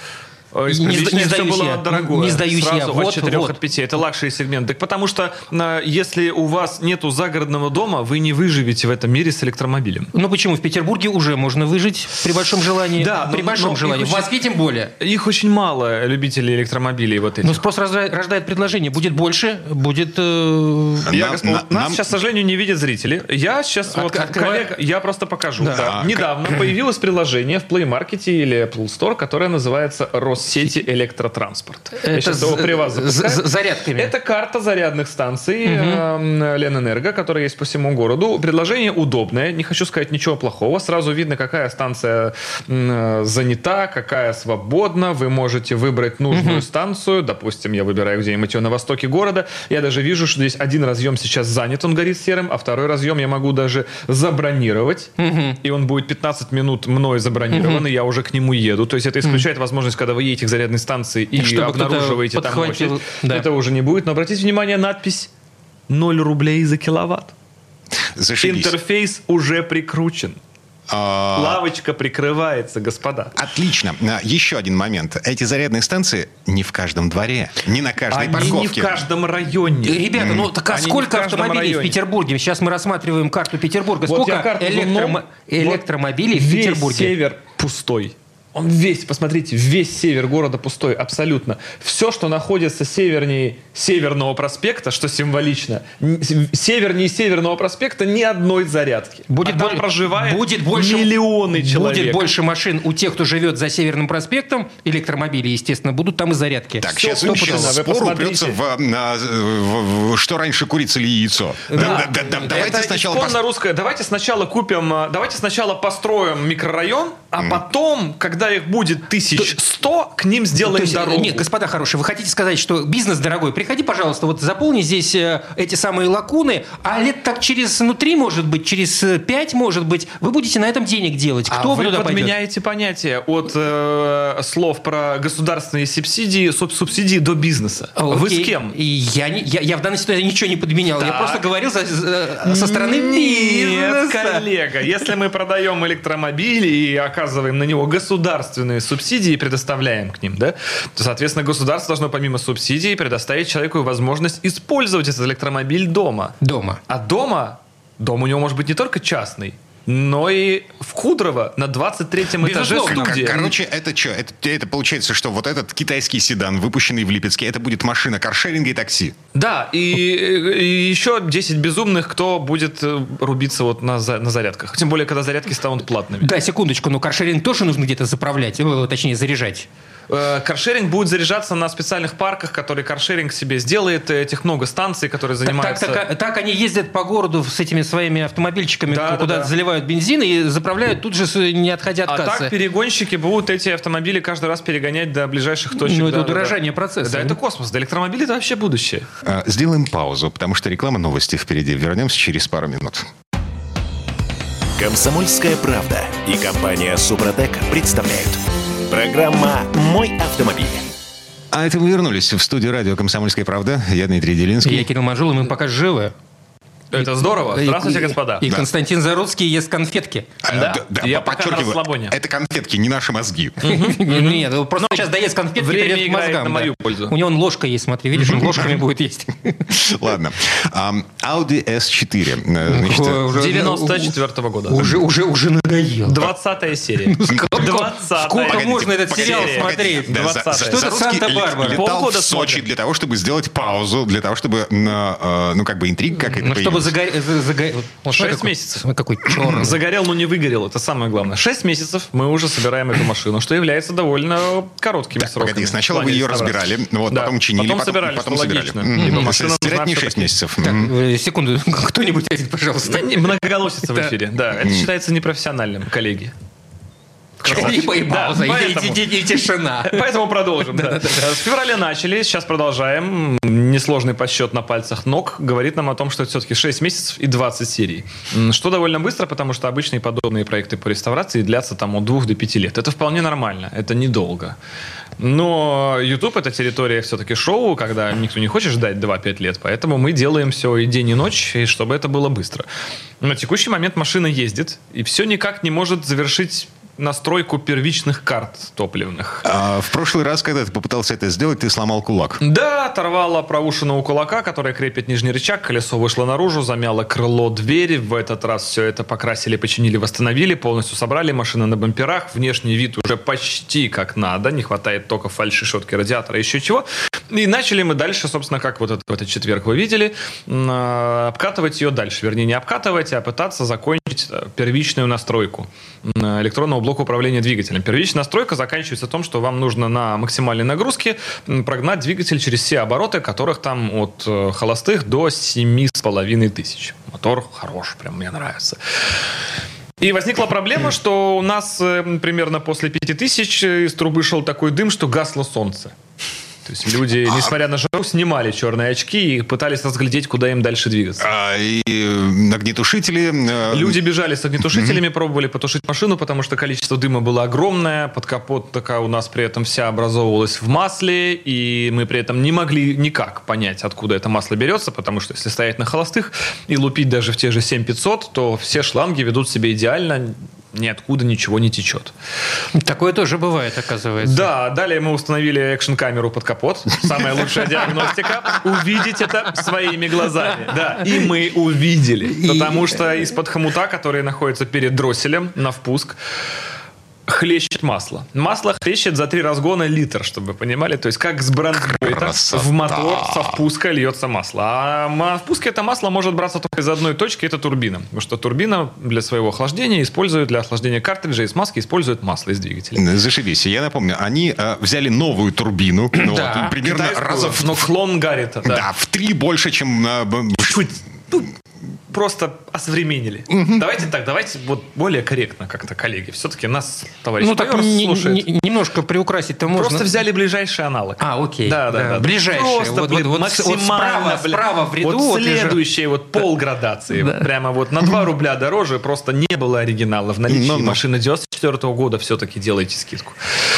S4: Из
S3: Не, не
S4: приличного все
S3: сдаюсь
S4: было
S3: я.
S4: дорогое.
S3: Не сдаюсь
S4: Сразу
S3: я.
S4: от
S3: Вот,
S4: четырех,
S3: вот.
S4: от пяти. Это лакшери сегмент. Так потому что э, если у вас нету загородного дома, вы не выживете в этом мире с электромобилем.
S3: Ну почему? В Петербурге уже можно выжить при большом желании.
S4: Да,
S3: при
S4: но-
S3: большом
S4: но
S3: желании.
S4: их
S3: В Москве тем более.
S4: Их очень мало, любителей электромобилей вот этих.
S3: Но спрос рождает, рождает предложение. Будет больше, будет... э,
S4: Я,
S2: Нам-
S4: гос-
S2: на-
S4: нас
S2: нам-
S4: сейчас, к сожалению, не видят зрители. Я сейчас
S3: От-
S4: вот,
S3: открывай.
S4: коллега, я просто покажу.
S3: Да.
S4: Да.
S2: А,
S4: Недавно появилось приложение в Play Market или Apple Store, которое называется Россети Электротранспорт. Я
S3: Это
S4: сейчас его
S3: з-
S4: при вас
S3: з-
S4: запускаю.
S3: з- зарядками.
S4: Это карта зарядных станций э, Ленэнерго, которые есть по всему городу. Предложение удобное, не хочу сказать ничего плохого. Сразу видно, какая станция м, занята, какая свободна. Вы можете выбрать нужную станцию. Допустим, я выбираю где-нибудь ее на востоке города. Я даже вижу, что здесь один разъем сейчас занят, он горит серым, а второй разъем я могу даже забронировать. И он будет пятнадцать минут мной забронирован, и я уже к нему еду. То есть это исключает возможность, когда вы едете к зарядной станции и
S3: Чтобы кто-то
S4: обнаруживаете там
S3: подхватил.
S4: очередь.
S3: Да.
S4: Это уже не будет. Но обратите внимание, надпись ноль рублей за киловатт.
S2: Зашибись.
S4: Интерфейс уже прикручен.
S2: А,
S4: Лавочка прикрывается, господа.
S2: Отлично. А, Еще один момент. Эти зарядные станции не в каждом дворе, не на каждой
S4: Они не в
S2: парковке.
S4: каждом районе.
S3: Ребята, ну так а
S4: Они не в
S3: сколько
S4: каждом
S3: автомобилей
S4: районе.
S3: в Петербурге? Сейчас мы рассматриваем карту Петербурга.
S4: Вот
S3: Сколько
S4: я карту
S3: электромо-
S4: зумнул.
S3: электромобилей
S4: Вот
S3: в
S4: весь
S3: Петербурге?
S4: север пустой. Он весь, посмотрите, весь север города пустой, абсолютно. Все, что находится севернее Северного проспекта, что символично, н- севернее Северного проспекта ни одной зарядки.
S3: Будет,
S4: а там
S3: боль-
S4: проживает
S3: будет больше,
S4: миллионы человек.
S3: Будет больше машин у тех, кто живет за Северным проспектом. Электромобили, естественно, будут там и зарядки.
S2: Так,
S4: Всё,
S2: сейчас,
S4: сто
S2: сейчас
S4: процентов. Вы
S2: спор
S4: посмотрите.
S2: упрется в, а, в- в- что раньше, курица или яйцо. Да, да, да, да, давайте
S4: Это
S2: сначала...
S4: исконно
S2: пос-
S4: русское. Давайте сначала купим, а, давайте сначала построим микрорайон, а потом, когда их будет тысяч сто, к ним сделаем
S3: То есть,
S4: дорогу.
S3: Нет, господа хорошие, вы хотите сказать, что бизнес дорогой? Приходи, пожалуйста, вот заполни здесь э, эти самые лакуны, а лет так через, ну, три, может быть, через э, пять, может быть, вы будете на этом денег делать. Кто
S4: а вы
S3: туда пойдет?
S4: подменяете понятие от э, слов про государственные субсидии, суб- субсидии до бизнеса. Вы
S3: Окей.
S4: с кем?
S3: И я, не- я, я в данной ситуации ничего не подменял. Я
S4: Так.
S3: просто говорил за- за- со стороны
S4: Нет,
S3: бизнеса.
S4: коллега, если мы продаем электромобили и оказываем на него государственные субсидии и предоставляем к ним, да, то, соответственно, государство должно помимо субсидий предоставить человеку возможность использовать этот электромобиль дома.
S3: Дома.
S4: А дома, дом у него может быть не только частный, но и в Кудрово на двадцать третьем этаже
S3: Безусловно.
S2: К-
S4: студия.
S2: Короче, это что? Это, это получается, что вот этот китайский седан, выпущенный в Липецке, это будет машина каршеринга и такси.
S4: Да, и, и еще десять безумных, кто будет э, рубиться вот на, за- на зарядках. Тем более, когда зарядки станут платными.
S3: Да, секундочку, но каршеринг тоже нужно где-то заправлять, э, точнее заряжать.
S4: Э, Каршеринг будет заряжаться на специальных парках, которые каршеринг себе сделает. Этих много станций, которые
S3: Так,
S4: занимаются...
S3: так, так они ездят по городу с этими своими автомобильчиками,
S4: Да,
S3: куда
S4: да, да.
S3: заливают бензин и заправляют тут же, с- не отходя от
S4: А
S3: кассы.
S4: так перегонщики будут эти автомобили каждый раз перегонять до ближайших точек.
S3: Ну, это
S4: Да, да,
S3: удорожание
S4: да.
S3: процесса.
S4: Да, это космос. Да, электромобили — это вообще будущее.
S2: А, Сделаем паузу, потому что реклама, новости впереди. Вернемся через пару минут.
S1: «Комсомольская правда» и компания «Супротек» представляют. Программа «Мой автомобиль».
S2: А это мы вернулись в студию радио «Комсомольская правда». Я Дмитрий Делинский.
S3: Я Кирилл Манжул, и мы пока живы.
S4: Это здорово.
S3: И-
S4: Здравствуйте,
S3: и-
S4: господа.
S3: И
S2: Да.
S3: Константин Заруцкий ест конфетки.
S2: А,
S4: Да,
S2: да,
S4: я
S2: по-
S4: пока на
S2: подчеркиваю,
S4: расслабоне.
S2: это конфетки, не наши мозги.
S3: Нет, он просто сейчас доест конфетки,
S4: время
S3: придет к
S4: играет
S3: мозгам.
S4: на
S3: да.
S4: мою пользу.
S3: У него он ложка есть, смотри, видишь, он ложками будет есть.
S2: Ладно. Ам, Audi эс четыре. э, значит, э,
S3: Уже-
S4: девяносто четвёртого года.
S3: Уже, уже, уже надоело.
S4: двадцатая серия.
S3: Сколько,
S4: двадцатая.
S3: сколько
S2: Погодите,
S3: можно этот
S2: погодите,
S3: сериал
S2: погодите.
S3: смотреть?
S2: Да, за-
S4: двадцатая.
S2: за-
S3: Что это
S2: Заруцкий
S3: Санта-Барбара?
S2: летал
S4: Полгода
S2: в Сочи
S4: смотрим.
S2: для того, чтобы сделать паузу, для того, чтобы, м, э, ну, как бы интрига какая-то
S3: Ну, чтобы
S2: появилась.
S3: загореть...
S4: Шесть месяцев.
S3: Какой черный.
S4: Загорел, но не выгорел. Это самое главное. Шесть месяцев мы уже собираем эту машину, что является довольно короткими
S2: Так,
S4: сроками.
S2: погоди, сначала
S4: в
S2: вы
S4: плане
S2: ее
S4: реставрации.
S2: разбирали, вот,
S4: Да.
S2: потом чинили,
S4: потом
S2: потом,
S4: собирали,
S2: потом
S4: что
S2: собирали.
S4: логично.
S2: М,
S4: Ибо
S2: м,
S4: машина
S2: Собирать
S4: нужна
S2: не
S4: всё-таки.
S2: шесть месяцев.
S3: Так,
S2: М.
S3: э, секунду, кто-нибудь ответит, пожалуйста.
S4: Не- Многоголосица в эфире. Да, это считается непрофессиональным, коллеги.
S3: И пауза,
S4: Да,
S3: и-
S4: поэтому.
S3: и- и- и тишина.
S4: Поэтому продолжим. да. В феврале начали, сейчас продолжаем. Несложный подсчет на пальцах ног говорит нам о том, что это все-таки шесть месяцев и двадцать серий. М, Что довольно быстро, потому что обычные подобные проекты по реставрации длятся там от двух до пяти лет. Это вполне нормально, это недолго. Но YouTube — это территория все-таки шоу, когда никто не хочет ждать два-пять лет, поэтому мы делаем все и день, и ночь, и чтобы это было быстро. На текущий момент машина ездит, и все никак не может завершить настройку первичных карт топливных.
S2: А в прошлый раз, когда ты попытался это сделать, ты сломал кулак.
S4: Да, оторвало проушину у кулака, которая крепит нижний рычаг, колесо вышло наружу, замяло крыло двери. В этот раз все это покрасили, починили, восстановили, полностью собрали, машина на бамперах, внешний вид уже почти как надо, не хватает только фальшишетки радиатора, еще чего. И начали мы дальше, собственно, как вот этот, в этот четверг вы видели, обкатывать ее дальше. Вернее, не обкатывать, а пытаться закончить первичную настройку электронного блока управления двигателем. Первичная настройка заканчивается в том, что вам нужно на максимальной нагрузке прогнать двигатель через все обороты, которых там от холостых до семи с половиной тысяч. Мотор хорош, прям мне нравится. И возникла проблема, что у нас примерно после пяти тысяч из трубы шел такой дым, что гасло солнце. То есть люди, несмотря на жару, снимали черные очки и пытались разглядеть, куда им дальше двигаться.
S2: А, и огнетушители...
S4: Люди бежали с огнетушителями, mm-hmm. пробовали потушить машину, потому что количество дыма было огромное. Под капот такая у нас при этом вся образовывалась в масле, и мы при этом не могли никак понять, откуда это масло берется, потому что если стоять на холостых и лупить даже в те же семь пятьсот, то все шланги ведут себя идеально, ниоткуда ничего не течет.
S3: Такое тоже бывает, оказывается.
S4: Да, далее мы установили экшн-камеру под капот. Самая лучшая диагностика. Увидеть это своими глазами. Да, и мы увидели. Потому что из-под хомута, который находится перед дросселем на впуск, хлещет масло. Масло хлещет за три разгона литр, чтобы вы понимали. То есть, как с бронзбойта в мотор со впуска льется масло. А на впуске это масло может браться только из одной точки, это турбина. Потому что турбина для своего охлаждения использует, для охлаждения картриджа и смазки использует масло из двигателя.
S2: Зашибись. Я напомню, они э, взяли новую турбину.
S3: Да.
S2: Вот, примерно раза в...
S4: Но клон Гаррита.
S2: Да. да, в три больше, чем... Э,
S4: Чуть. Просто осовременили. Угу. Давайте так, давайте вот более корректно как-то, коллеги. Все-таки нас, товарищ
S3: ну, так
S4: не,
S3: не, немножко приукрасить-то можно.
S4: Просто взяли ближайший аналог.
S3: А, окей.
S4: Да, да, да. да.
S3: Ближайший.
S4: Просто,
S3: вот,
S4: блин,
S3: вот,
S4: максимально
S3: вот справа, справа в ряду.
S4: Вот, вот следующие вот полградации. Да. Прямо вот на два рубля дороже. Просто не было оригинала в наличии. Но, но. Машины девяносто четвёртого года, все-таки делайте скидку.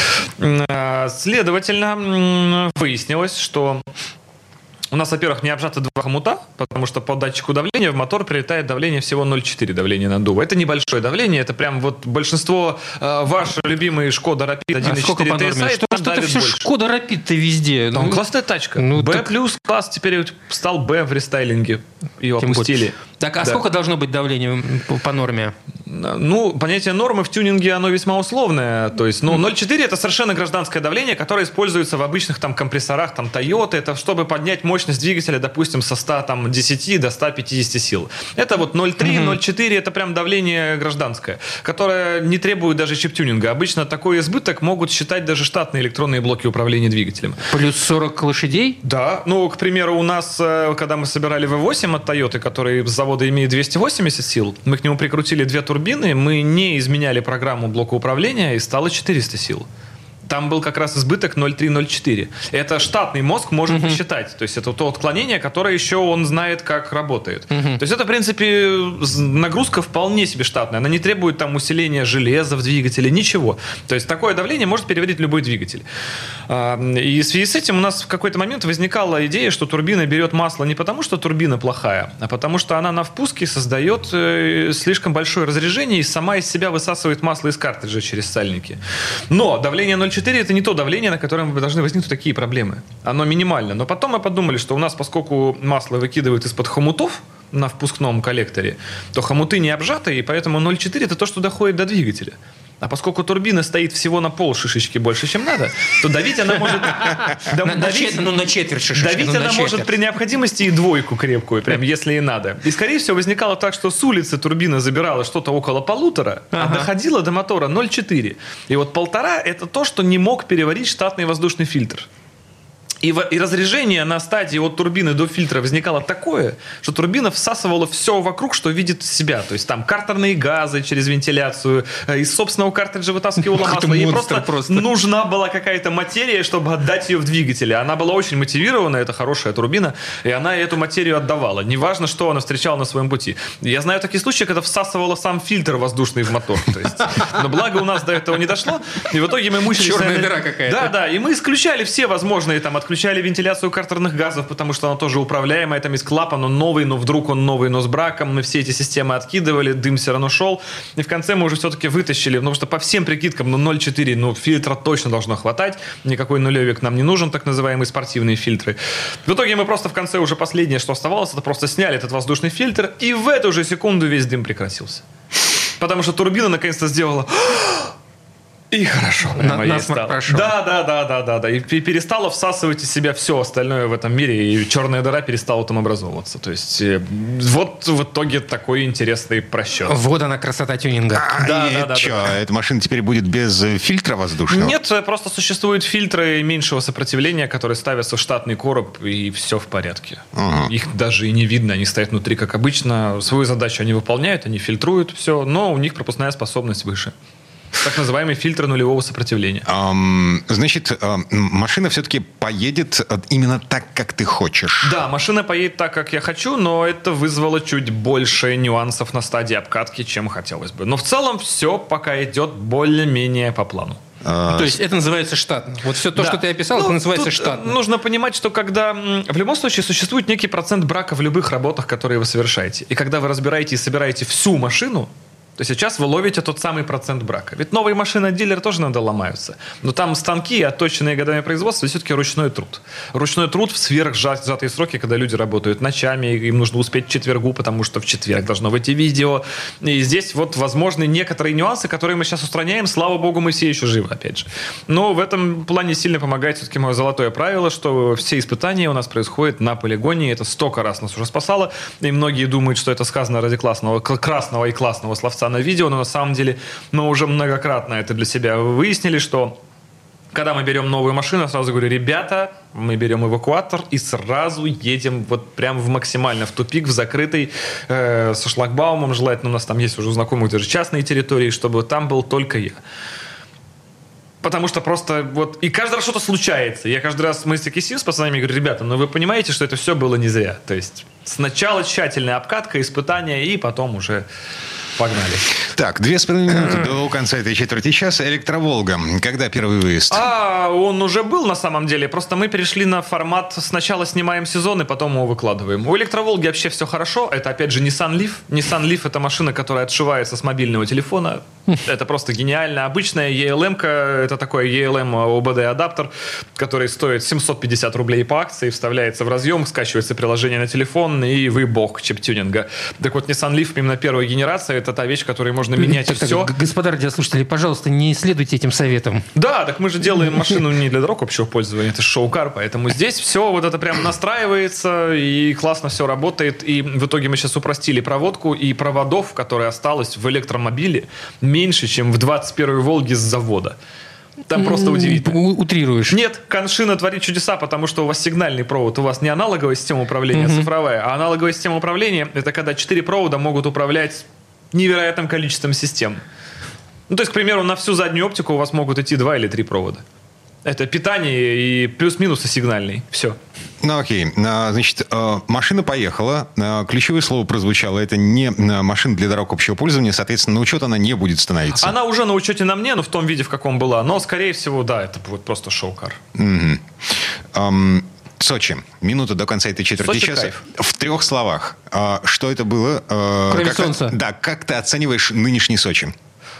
S4: Следовательно, выяснилось, что у нас, во-первых, не обжаты два хомута, потому что по датчику давления в мотор прилетает давление всего ноль целых четыре десятых давления наддува. Это небольшое давление, это прям вот большинство э, ваши любимые Шкода Rapid один и четыре ти эс ай.
S3: Что, что ты все Шкода Rapid-то везде?
S4: Там ну, классная тачка.
S3: Ну,
S4: B
S3: так...
S4: плюс класс теперь стал B в рестайлинге. Ее Тем опустили.
S3: Будет. Так, а да. сколько должно быть давление по, по норме?
S4: Ну, понятие нормы в тюнинге, оно весьма условное. То есть, ну, ноль целых четыре это совершенно гражданское давление, которое используется в обычных там компрессорах, там, Toyota. Это чтобы поднять мощность двигателя, допустим, со ста десяти до ста пятидесяти сил. Это вот ноль целых три, ноль целых четыре это прям давление гражданское, которое не требует даже чип-тюнинга. Обычно такой избыток могут считать даже штатные электронные блоки управления двигателем.
S3: Плюс сорок лошадей?
S4: Да. Ну, к примеру, у нас, когда мы собирали ви восемь от Toyota, который с завода имеет двести восемьдесят сил, мы к нему прикрутили две турбины, мы не изменяли программу блока управления, и стало четыреста сил. Там был как раз избыток ноль целых три - ноль целых четыре. Это штатный мозг может uh-huh. посчитать. То есть это то отклонение, которое еще он знает, как работает. Uh-huh. То есть это, в принципе, нагрузка вполне себе штатная. Она не требует там усиления железа в двигателе, ничего. То есть такое давление может переварить любой двигатель. И в связи с этим у нас в какой-то момент возникала идея, что турбина берет масло не потому, что турбина плохая, а потому что она на впуске создает слишком большое разрежение и сама из себя высасывает масло из картриджа через сальники. Но давление ноль целых четыре это не то давление, на котором должны возникнуть такие проблемы. Оно минимально. Но потом мы подумали, что у нас, поскольку масло выкидывают из-под хомутов на впускном коллекторе, то хомуты не обжаты, и поэтому ноль целых четыре это то, что доходит до двигателя. А поскольку турбина стоит всего на пол шишечки больше, чем надо, то давить она может...
S3: Ну, на четверть шишечки.
S4: Давить она может при необходимости и двойку крепкую, прям если и надо. И, скорее всего, возникало так, что с улицы турбина забирала что-то около полутора, а доходила до мотора ноль целых четыре. И вот полтора – это то, что не мог переварить штатный воздушный фильтр. И, в, и разрежение на стадии от турбины до фильтра возникало такое, что турбина всасывала все вокруг, что видит себя. То есть там картерные газы через вентиляцию, из собственного картриджа вытаскивала масло. Ей просто, просто нужна была какая-то материя, чтобы отдать ее в двигателе. Она была очень мотивирована, это хорошая турбина, и она эту материю отдавала. Неважно, что она встречала на своем пути. Я знаю такие случаи, когда всасывала сам фильтр воздушный в мотор. То есть, но благо у нас до этого не дошло. И в итоге мы мучились...
S3: Черная дыра какая-то.
S4: Да, да. И мы исключали все возможные там отключения включали вентиляцию картерных газов, потому что она тоже управляемая, там есть клапан, он новый, но вдруг он новый, но с браком. Мы все эти системы откидывали, дым все равно шел. И в конце мы уже все-таки вытащили, потому что по всем прикидкам, ну, ноль целых четыре, ну, фильтра точно должно хватать. Никакой нулевик нам не нужен, так называемые спортивные фильтры. В итоге мы просто в конце уже последнее, что оставалось, это просто сняли этот воздушный фильтр, и в эту же секунду весь дым прекратился. Потому что турбина наконец-то сделала... И хорошо.
S3: На, насморк прошел.
S4: Да, да, да, да, да, да. И перестала всасывать из себя все остальное в этом мире, и черная дыра перестала там образовываться. То есть вот в итоге такой интересный просчет.
S3: Вот она красота тюнинга.
S2: А,
S4: да,
S2: и
S4: да, да,
S2: что,
S4: да.
S2: эта машина теперь будет без фильтра воздушного?
S4: Нет, просто существуют фильтры меньшего сопротивления, которые ставятся в штатный короб, и все в порядке. Ага. Их даже и не видно, они стоят внутри, как обычно. Свою задачу они выполняют, они фильтруют все, но у них пропускная способность выше. Так называемый фильтр нулевого сопротивления.
S2: Um, значит, uh, машина все-таки поедет именно так, как ты хочешь.
S4: Да, машина поедет так, как я хочу, но это вызвало чуть больше нюансов на стадии обкатки, чем хотелось бы. Но в целом все пока идет более-менее по плану.
S3: А, то есть это называется штатно. Вот все то, да. что ты описал, ну, это называется штатно.
S4: Нужно понимать, что когда в любом случае существует некий процент брака в любых работах, которые вы совершаете. И когда вы разбираете и собираете всю машину, то сейчас вы ловите тот самый процент брака. Ведь новые машины от дилера тоже надо ломаются. Но там станки, отточенные годами производства, все-таки ручной труд. Ручной труд в сверхсжатые сроки, когда люди работают ночами, им нужно успеть к четвергу, потому что в четверг должно выйти видео. И здесь вот возможны некоторые нюансы, которые мы сейчас устраняем. Слава богу, мы все еще живы, опять же. Но в этом плане сильно помогает все-таки мое золотое правило, что все испытания у нас происходят на полигоне. Это столько раз нас уже спасало. И многие думают, что это сказано ради классного, красного и классного словца на видео, но на самом деле мы уже многократно это для себя выяснили, что когда мы берем новую машину, я сразу говорю, ребята, мы берем эвакуатор и сразу едем вот прям в максимально в тупик, в закрытый, э, со шлагбаумом, желательно у нас там есть уже у знакомых даже частные территории, чтобы там был только я. Потому что просто вот... И каждый раз что-то случается. Я каждый раз мы такие сидим с пацанами и говорю, ребята, ну вы понимаете, что это все было не зря. То есть сначала тщательная обкатка, испытания, и потом уже... Погнали.
S2: Так, две с половиной минуты до конца этой четверти часа. Электроволга. Когда первый выезд?
S4: А, он уже был на самом деле. Просто мы перешли на формат сначала снимаем сезон и потом его выкладываем. У электроволги вообще все хорошо. Это опять же Nissan Leaf. Nissan Leaf это машина, которая отшивается с мобильного телефона. Это просто гениально. Обычная и эл эм-ка, это такой и эл эм о бэ дэ-адаптер, который стоит семьсот пятьдесят рублей по акции, вставляется в разъем, скачивается приложение на телефон, и вы бог чип-тюнинга. Так вот, Nissan Leaf именно первая генерация, это та вещь, которую можно менять, так, и все.
S3: Так, господа радиослушатели, пожалуйста, не следуйте этим советам.
S4: Да, так мы же делаем машину не для дорог общего пользования, это шоу-кар, поэтому здесь все вот это прям настраивается, и классно все работает, и в итоге мы сейчас упростили проводку, и проводов, которые осталось в электромобиле, меньше, чем в двадцать первой «Волге» с завода. Там просто удивительно.
S3: Утрируешь.
S4: Нет, коншина творит чудеса, потому что у вас сигнальный провод, у вас не аналоговая система управления, mm-hmm. а цифровая. А аналоговая система управления – это когда четыре провода могут управлять невероятным количеством систем. Ну, то есть, к примеру, на всю заднюю оптику у вас могут идти два или три провода. Это питание и плюс-минус и сигнальный. Все.
S2: Ну, окей. Значит, машина поехала. Ключевое слово прозвучало. Это не машина для дорог общего пользования. Соответственно, на учет она не будет становиться.
S4: Она уже на учете на мне, но в том виде, в каком была. Но, скорее всего, да, это будет просто шоу-кар.
S2: Mm-hmm. Um... Сочи. Минута до конца этой четверти
S4: Сочи
S2: часа.
S4: Кайф.
S2: В трех словах. Что это было?
S3: Кроме
S2: как
S3: солнца.
S2: Ты, да, как ты оцениваешь нынешний Сочи?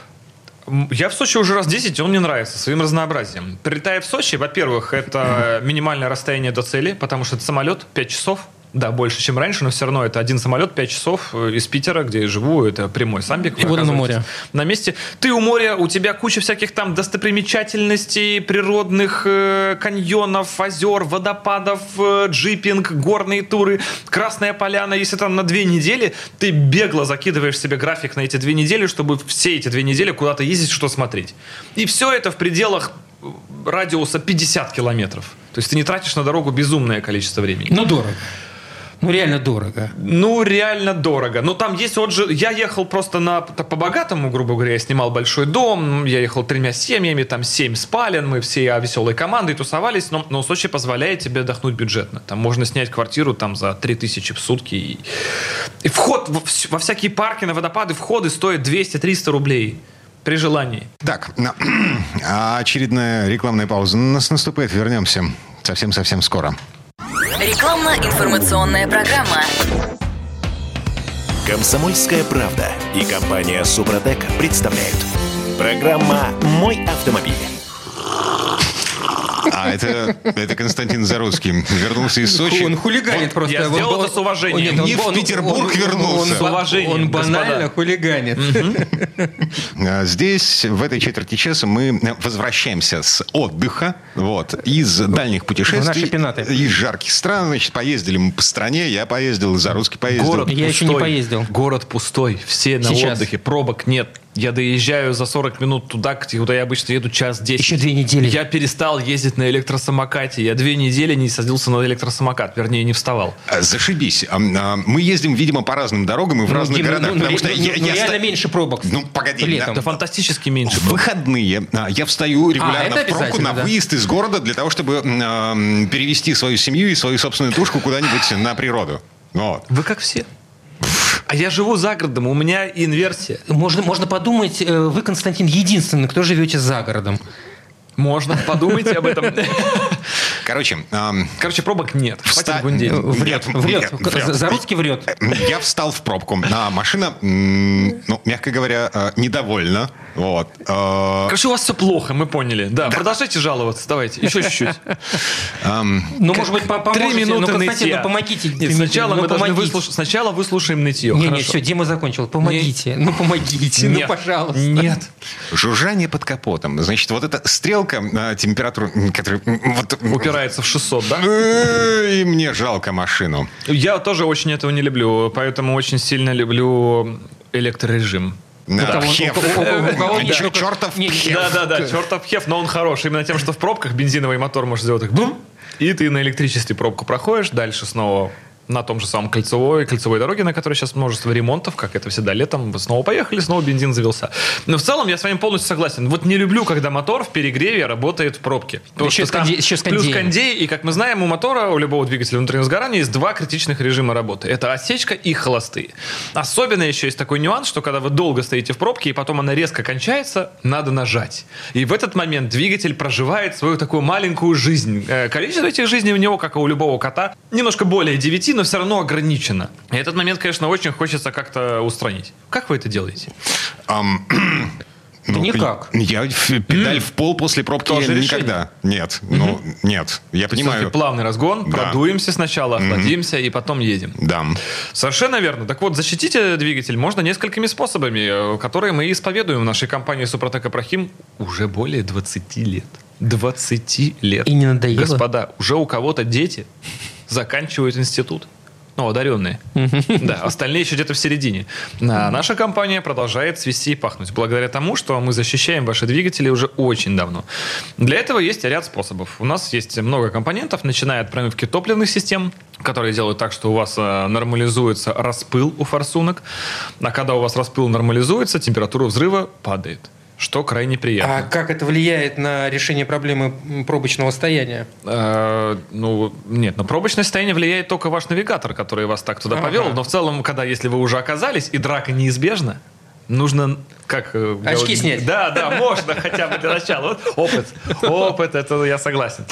S4: Я в Сочи уже раз десять, и он мне нравится своим разнообразием. Прилетая в Сочи, во-первых, это минимальное расстояние до цели, потому что это самолет, пять часов. Да, больше, чем раньше, но все равно это один самолет, пять часов из Питера, где я живу, это прямой самбик.
S3: И вот на море.
S4: На месте. Ты у моря, у тебя куча всяких там достопримечательностей, природных э, каньонов, озер, водопадов, э, джипинг, горные туры, Красная Поляна. Если там на две недели, ты бегло закидываешь себе график на эти две недели, чтобы все эти две недели куда-то ездить, что смотреть. И все это в пределах радиуса пятьдесят километров. То есть ты не тратишь на дорогу безумное количество времени.
S3: Ну, дорого. Ну, реально дорого.
S4: Ну, реально дорого. Ну, там есть вот же... Я ехал просто на... по-богатому, грубо говоря. Я снимал большой дом. Я ехал тремя семьями. Там семь спален. Мы все веселой командой тусовались. Но, но Сочи позволяет тебе отдохнуть бюджетно. Там можно снять квартиру там, за три тысячи в сутки. И, и вход во, во всякие парки, на водопады, входы стоят двести-триста рублей. При желании.
S2: Так, очередная рекламная пауза у нас наступает. Вернемся совсем-совсем скоро.
S5: Рекламно-информационная программа.
S1: «Комсомольская правда» и компания «Супротек» представляют. Программа «Мой автомобиль».
S2: А это, это Константин Заруцкий вернулся из Сочи.
S3: Он хулиганит
S4: Вот
S3: просто.
S4: я
S3: Он-
S4: сделал
S3: он-
S4: это с уважением.
S3: он- он-
S2: Не в
S3: он-
S2: Петербург
S3: он-
S2: вернулся.
S3: он-
S4: С уважением,
S3: Он банально
S4: господа.
S3: хулиганит.
S2: А Здесь, в этой четверти часа, мы возвращаемся с отдыха, вот, из дальних путешествий,
S3: наши пенаты.
S2: из жарких стран. Значит, поездили мы по стране, я поездил, Заруцкий поездил.
S4: Город
S3: Я еще не поездил.
S4: Город пустой, все на
S3: Сейчас.
S4: отдыхе, пробок нет. Я доезжаю за сорок минут туда, где- куда я обычно еду час десять.
S3: Еще две недели.
S4: Я перестал ездить на электросамокате. Я две недели не садился на электросамокат, вернее, не вставал.
S2: А, Зашибись. А, а, Мы ездим, видимо, по разным дорогам и в
S3: Ну,
S2: разных
S3: Дим, ну,
S2: городах.
S3: ну,
S2: потому
S3: ну,
S2: что
S3: ну,
S2: я-
S3: ну,
S2: я
S3: реально
S2: ста-
S3: меньше пробок.
S2: Ну, погоди.
S3: Летом.
S4: Это фантастически меньше.
S2: В выходные а, я встаю регулярно
S3: это
S2: в пробку
S3: обязательно,
S2: на
S3: да.
S2: выезд из города для того, чтобы м, перевести свою семью и свою собственную тушку куда-нибудь на природу. Вот.
S4: Вы как все. А я живу за городом, у меня инверсия.
S3: Можно, можно подумать, э, вы, Константин, единственный, кто живете за городом.
S4: Можно, подумайте об этом.
S2: Короче, ам,
S4: Короче, пробок нет. Хватит
S2: Вста-
S4: гундеть.
S3: Врет,
S2: Нет,
S3: врет.
S2: нет, врет.
S3: Заруцкий врет.
S2: я встал в пробку. А машина, м, ну, мягко говоря, а, недовольна. Вот. А,
S4: Короче, у вас все плохо, мы поняли. Да, продолжайте жаловаться, давайте, еще чуть-чуть.
S2: ам,
S3: Ну, может быть, по-
S4: Три
S3: поможете.
S4: минуты
S3: Ну, Константин,
S4: нытья.
S3: ну, помогите.
S4: Нет,
S3: Дмитрий,
S4: сначала
S3: ну,
S4: мы должны
S3: помогите.
S4: выслушать. Сначала выслушаем нытье.
S3: Не, не,
S4: Хорошо.
S3: все, Дима закончил. Помогите. Ну, помогите. Ну,
S4: Нет.
S3: пожалуйста.
S4: Нет.
S2: жужжание под капотом. Значит, вот эта стрелка а, температуры, м, которая м, вот,
S4: Упирается в шестьсот, да?
S2: э, и мне жалко машину.
S4: Я тоже очень этого не люблю, поэтому очень сильно люблю электрорежим.
S2: Да,
S3: кого-
S2: хеф.
S3: у кого- у кого нет,
S2: Чё-
S3: ну,
S2: чёртов
S3: не, не,
S2: хеф.
S4: Да, да, да, чертов хеф, но он хороший. Именно тем, что в пробках бензиновый мотор может сделать так бум, и ты на электричестве пробку проходишь, дальше снова на том же самом кольцевой, кольцевой дороге, на которой сейчас множество ремонтов, как это всегда летом, снова поехали, снова бензин завелся. Но в целом я с вами полностью согласен. Вот не люблю, когда мотор в перегреве работает в пробке. Потому
S3: Еще
S4: что там
S3: с конде- еще с
S4: плюс
S3: кондеем.
S4: кондей, и, как мы знаем, у мотора, у любого двигателя внутреннего сгорания есть два критичных режима работы. Это осечка и холостые. Особенно еще есть такой нюанс, что когда вы долго стоите в пробке, и потом она резко кончается, надо нажать. И в этот момент двигатель проживает свою такую маленькую жизнь. Э, Количество этих жизней у него, как и у любого кота, немножко более девяти, но все равно ограничено. И этот момент, конечно, очень хочется как-то устранить. Как вы это делаете?
S2: Ам, ну,
S3: никак.
S2: Я в- педаль в пол после пробки
S4: Тоже
S2: никогда. Нет. Ну, нет. Я
S4: Понимаю.
S2: понимаю.
S4: Плавный разгон,
S2: Да.
S4: продуемся сначала, охладимся и потом едем.
S2: Да.
S4: Совершенно верно. Так вот, защитить двигатель можно несколькими способами, э, которые мы исповедуем в нашей компании «Супротек Апрахим» уже более двадцати лет. двадцати лет.
S3: И не надоело?
S4: Господа, уже у кого-то дети заканчивают институт. Ну, одаренные. Да, остальные еще где-то в середине. А наша компания продолжает свести и пахнуть, благодаря тому, что мы защищаем ваши двигатели уже очень давно. Для этого есть ряд способов. У нас есть много компонентов, начиная от промывки топливных систем, которые делают так, что у вас э, нормализуется распыл у форсунок. А когда у вас распыл нормализуется, температура взрыва падает. Что крайне приятно.
S3: А как это влияет на решение проблемы м, пробочного стояния?
S4: Э, ну, нет, на пробочное состояние влияет только ваш навигатор, который вас так туда
S3: Ага.
S4: повел. Но в целом, когда, если вы уже оказались, и драка неизбежна, нужно как... э,
S3: Очки
S4: говорить-
S3: снять.
S4: Да, да, можно хотя бы для начала. Вот опыт. Опыт, это я согласен.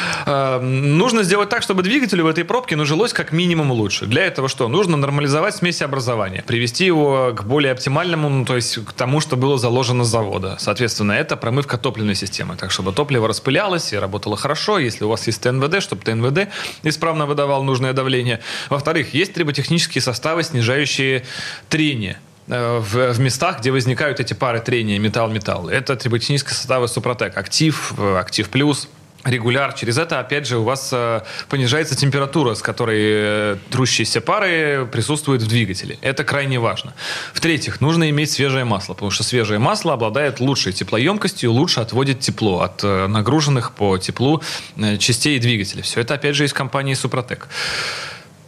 S4: Э, нужно сделать так, чтобы двигателю в этой пробке ну, жилось как минимум лучше. Для этого что? Нужно нормализовать смесеобразование, привести его к более оптимальному, ну, то есть к тому, что было заложено с завода. Соответственно, это промывка топливной системы, так чтобы топливо распылялось и работало хорошо. Если у вас есть ТНВД, чтобы ТНВД исправно выдавал нужное давление. Во-вторых, есть триботехнические составы, снижающие трение в, в местах, где возникают эти пары трения металл-металл. Это триботехнические составы Супротек. Актив, Актив Плюс, Регуляр. Через это, опять же, у вас э, понижается температура, с которой э, трущиеся пары присутствуют в двигателе. Это крайне важно. В-третьих, нужно иметь свежее масло, потому что свежее масло обладает лучшей теплоемкостью, лучше отводит тепло от э, нагруженных по теплу э, частей двигателя. Все это, опять же, из компании Супротек.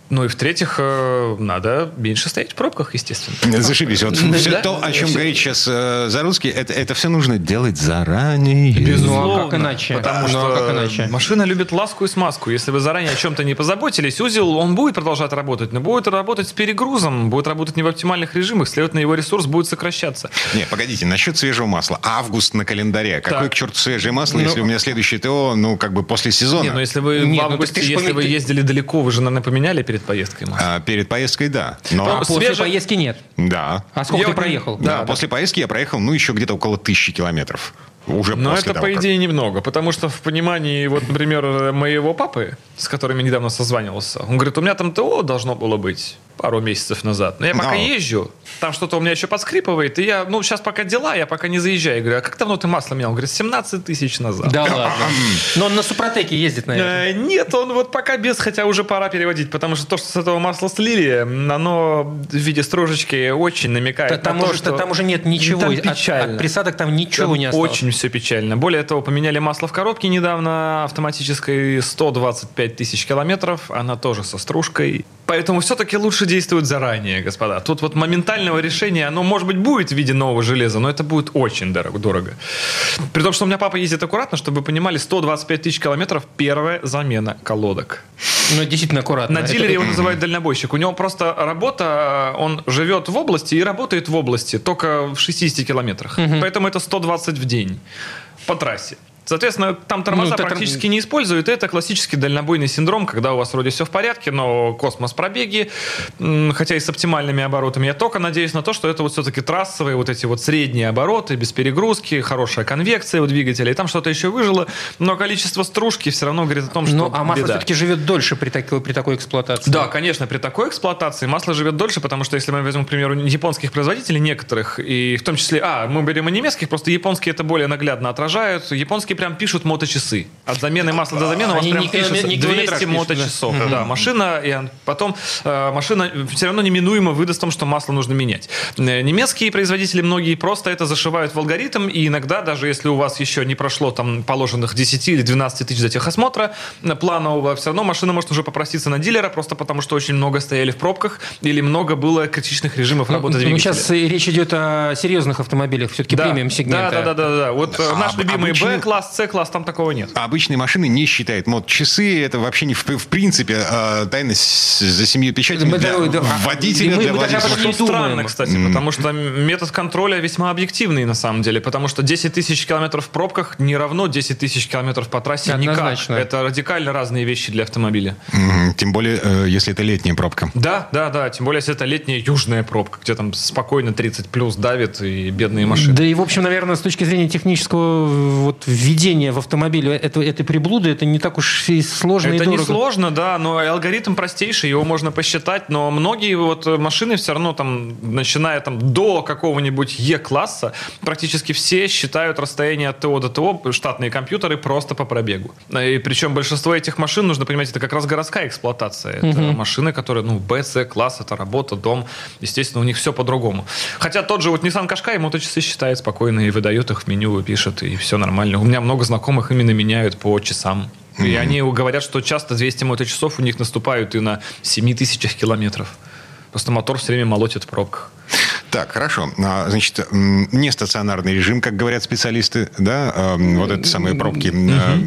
S4: Ну и в-третьих, э, надо меньше стоять в пробках, естественно.
S2: Зашибись. Вот все то, о чем говорит сейчас э, Заруцкий, это, это все нужно делать заранее.
S4: Безусловно.
S3: Ну, а как иначе?
S4: Потому
S3: Ну,
S4: что
S3: а как иначе?
S4: машина любит ласку и смазку. Если вы заранее о чем-то не позаботились, узел, он будет продолжать работать, но будет работать с перегрузом, будет работать не в оптимальных режимах, следовательно, его ресурс будет сокращаться.
S2: Не, погодите, насчет свежего масла. Август на календаре. Какое
S4: Так.
S2: к черту свежее масло, если у меня следующее ТО, ну, как бы после сезона?
S4: Не, но если вы
S3: Нет,
S4: в
S3: ну,
S4: августе,
S3: ты ж
S4: если
S3: поме-
S4: вы ездили далеко, вы же, наверное, поменяли перед поездкой масло.
S2: А, перед поездкой, да. Но,
S3: А после
S4: свежее-
S3: поездки нет.
S2: да.
S3: А сколько
S4: Я
S3: ты
S4: вот не-
S3: проехал?
S2: Да,
S4: да.
S2: после поездки я проехал, ну, еще где-то около тысячи километров. Уже
S4: Но
S2: после
S4: это,
S2: того,
S4: по
S2: как-
S4: идее, немного, потому что в понимании, вот, например, моего папы, с которым я недавно созванивался, он говорит, у меня там ТО должно было быть пару месяцев назад. Но я пока
S2: Но.
S4: езжу, там что-то у меня еще подскрипывает, и я, ну, сейчас пока дела, я пока не заезжаю. Я говорю, а как давно ты масло менял? Он говорит, семнадцать тысяч назад.
S3: Да ладно. Но он на Супротеке ездит, наверное.
S4: Э, Нет, он вот пока без, хотя уже пора переводить, потому что то, что с этого масла слили, оно в виде стружечки очень намекает
S3: Та- Там,
S4: на то,
S3: уже,
S4: что...
S3: там уже нет ничего.
S4: Там
S3: От-
S4: печально.
S3: От присадок там ничего
S4: Там
S3: не осталось.
S4: Очень все печально. Более того, поменяли масло в коробке недавно автоматической, сто двадцать пять тысяч километров, она тоже со стружкой. Поэтому все-таки лучше действовать заранее, господа. Тут вот моментального решения, оно, может быть, будет в виде нового железа, но это будет очень дорого. дорого. При том, что у меня папа ездит аккуратно, чтобы вы понимали, сто двадцать пять тысяч километров первая замена колодок.
S3: Ну, действительно аккуратно.
S4: На
S3: Это-
S4: дилере его называют дальнобойщик. У него просто работа, он живет в области и работает в области, только в шестидесяти километрах. Поэтому это сто двадцать в день по трассе. Соответственно, там тормоза
S3: Ну, это
S4: практически
S3: тром-
S4: не используют. Это классический дальнобойный синдром, когда у вас вроде все в порядке, но космос пробеги, м, хотя и с оптимальными оборотами. Я только надеюсь на то, что это вот все-таки трассовые вот эти вот средние обороты, без перегрузки, хорошая конвекция у двигателя. И там что-то еще выжило, но количество стружки все равно говорит о том, что
S3: Ну, а масло
S4: беда.
S3: все-таки живет дольше при такой, при такой эксплуатации.
S4: Да, конечно, при такой эксплуатации масло живет дольше, потому что если мы возьмем, к примеру, японских производителей некоторых, и в том числе, а, мы берем и немецких, просто японские это более наглядно отражают. Японские прям пишут моточасы. От замены масла до замены у вас
S3: Они
S4: прям
S3: не километр-
S4: пишется
S3: не километраж
S4: двести
S3: пишут,
S4: моточасов.
S3: да.
S4: Да, машина, и он- потом э, машина все равно неминуемо выдаст том, что масло нужно менять. Э, Немецкие производители многие просто это зашивают в алгоритм, и иногда, даже если у вас еще не прошло там положенных десять или двенадцать тысяч за техосмотра э, планового, все равно машина может уже попроситься на дилера, просто потому что очень много стояли в пробках или много было критичных режимов
S3: Ну,
S4: работы
S3: ну,
S4: двигателя.
S3: сейчас речь идет о серьезных автомобилях, все-таки премиум сегмента.
S4: Да, да, да, да, да. Вот э, наш
S2: Об-
S4: любимый
S2: обычно-
S4: Б-класс, С-класс, там такого нет.
S2: А обычные машины не считают мод-часы. Это вообще не в, в принципе э, тайна с- за семью печатями
S3: Мы
S2: для
S3: даже- да, а,
S2: водителя,
S3: мы-
S2: для
S3: мы даже об
S2: водителя.
S3: этом не
S4: Что странно,
S3: думаем.
S4: кстати, потому что метод контроля весьма объективный на самом деле, потому что десять тысяч километров в пробках не равно десять тысяч километров по трассе
S3: Однозначно.
S4: никак. Это радикально разные вещи для автомобиля.
S2: Мгм. Тем более, э, если это летняя пробка.
S4: Да, да, да, тем более, если это летняя южная пробка, где там спокойно тридцать плюс давит и бедные машины.
S3: Да и, в общем, наверное, с точки зрения технического вот, введения в автомобиль это, этой приблуды, это не так уж и сложно и
S4: Это
S3: дорого.
S4: не сложно, да, но и алгоритм простейший, его можно посчитать, но многие вот машины все равно там, начиная там до какого-нибудь Е-класса, практически все считают расстояние от ТО до ТО, штатные компьютеры, просто по пробегу. И причем большинство этих машин, нужно понимать, это как раз городская эксплуатация. Это машины, которые, ну, Б, С-класс, это работа, дом, естественно, у них все по-другому. Хотя тот же вот Nissan Qashqai моточасы считает спокойно и выдает их в меню, пишет, и все нормально. У меня много знакомых именно меняют по часам. И они говорят, что часто двести моточасов у них наступают и на семи тысячах километров. Просто мотор все время молотит в пробках.
S2: Так, хорошо. А, Значит, м, не стационарный режим, как говорят специалисты, да, а, вот это самые пробки. А,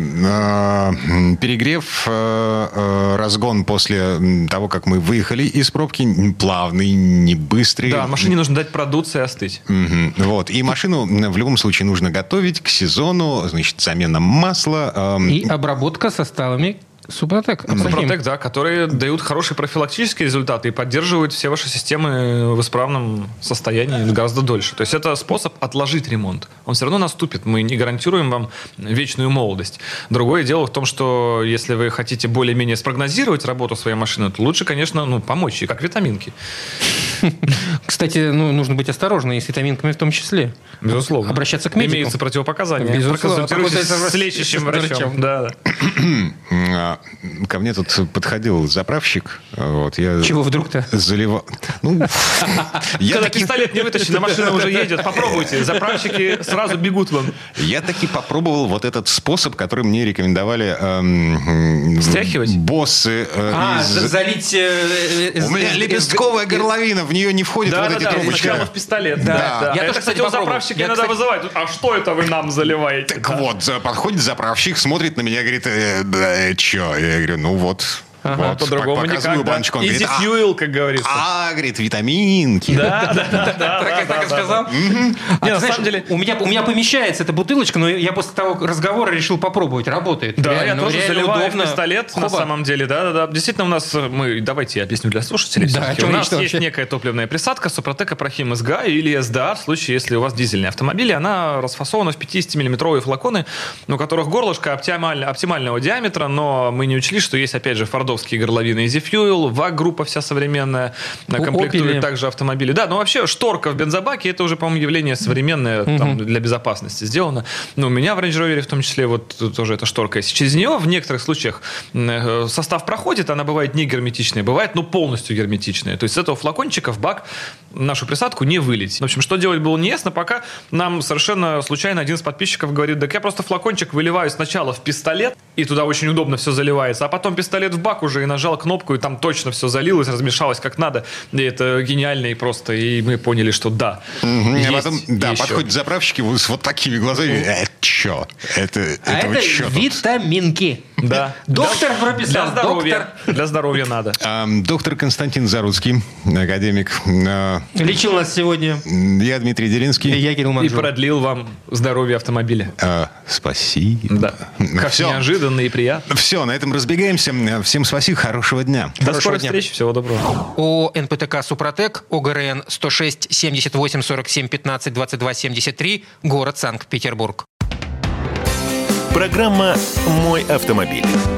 S2: а, м, Перегрев, а, а, разгон после м, того, как мы выехали из пробки, м, плавный, не быстрый.
S4: Да, машине нужно дать продуться и остыть.
S2: Мгм. Вот. И машину м, в любом случае нужно готовить к сезону, значит, замена масла. а,
S3: И обработка составами Супротек.
S4: Супротек, да, которые дают хорошие профилактические результаты и поддерживают все ваши системы в исправном состоянии гораздо дольше. То есть это способ отложить ремонт. Он все равно наступит. Мы не гарантируем вам вечную молодость. Другое дело в том, что если вы хотите более-менее спрогнозировать работу своей машины, то лучше, конечно, ну, помочь ей, как витаминки.
S3: Кстати, ну, нужно быть осторожным, и с витаминками в том числе.
S4: Безусловно.
S3: Обращаться к медику.
S4: Имеются противопоказания.
S3: Безусловно.
S4: Проконсультируйтесь с лечащим врачом. Да,
S2: да. Ко мне тут подходил заправщик. Вот, я
S3: Чего вдруг-то?
S2: Заливал. Ну,
S4: я Когда пистолет не вытащен, а машина уже едет, попробуйте. Заправщики сразу бегут вам.
S2: Я таки попробовал вот этот способ, который мне рекомендовали эм,
S4: Стряхивать?
S2: Боссы. Э,
S3: а,
S2: из...
S3: залить... Э,
S2: У меня лепестковая горловина, в нее не входит
S4: да,
S2: вот
S4: да,
S2: эти
S4: да,
S2: трубочки.
S4: Сначала в пистолет.
S2: Да.
S4: Да. Да.
S3: Я
S4: это,
S3: тоже,
S4: кстати,
S3: кстати,
S4: у заправщика иногда
S3: кстати...
S4: вызывает. А что это вы нам заливаете?
S2: Так
S4: да?
S2: вот, подходит заправщик, смотрит на меня, говорит, э, да, что? Я говорю, ну вот...
S3: Ага,
S2: вот,
S4: по-другому
S2: показываю
S4: никак,
S2: баночку. Он
S4: Easy
S2: говорит,
S4: fuel, как говорится.
S2: А, говорит, витаминки.
S4: Да, да, да, да.
S3: Так и сказал? Не, на самом деле, у меня помещается эта бутылочка, но я после того разговора решил попробовать. Работает.
S4: Да, я тоже заливаю в пистолет, на самом деле. Да, да, да. Действительно, у нас, мы, давайте я объясню для слушателей. У нас есть некая топливная присадка Супротек Апрахим СГА или СДА, в случае, если у вас дизельный автомобиль. Она расфасована в пятидесятимиллиметровые флаконы, у которых горлышко оптимального диаметра, но мы не учли, что есть, опять же, фордовские горловины Easy Fuel, ВАГ-группа вся современная, комплектует также автомобили. Да, но вообще шторка в бензобаке, это уже, по-моему, явление современное, угу. там, для безопасности сделано. Но у меня в Range Rover в том числе вот тоже эта шторка есть. Через нее в некоторых случаях состав проходит, она бывает не герметичная, бывает, ну, полностью герметичная. То есть с этого флакончика в бак нашу присадку не вылить. В общем, что делать было неясно, пока нам совершенно случайно один из подписчиков говорит, так я просто флакончик выливаю сначала в пистолет, и туда очень удобно все заливается, а потом пистолет в бак уже и нажал кнопку, и там точно все залилось, размешалось как надо. И это гениально и просто. И мы поняли, что да.
S2: Mm-hmm. А потом, да, подходят заправщики с вот такими глазами. Э, чё? Это,
S3: а это
S2: чё
S3: витаминки.
S4: Да.
S3: Доктор прописал.
S4: Для здоровья. Доктор. Для здоровья надо.
S2: А, доктор Константин Заруцкий, академик. А,
S3: лечил нас сегодня.
S2: Я Дмитрий Делинский.
S3: И я Кирилл Манжур.
S4: И продлил вам здоровье автомобиля.
S2: А, спасибо.
S4: Да. Как
S2: все.
S4: Неожиданно и приятно.
S2: Все, на этом разбегаемся. Всем спасибо, хорошего дня.
S4: До Хорошего скорой дня. Встречи, всего доброго.
S3: ООО «НПТК Супротек», ОГРН сто шесть семьдесят восемь сорок семь пятнадцать двадцать два семьдесят три, город Санкт-Петербург.
S1: Программа «Мой автомобиль».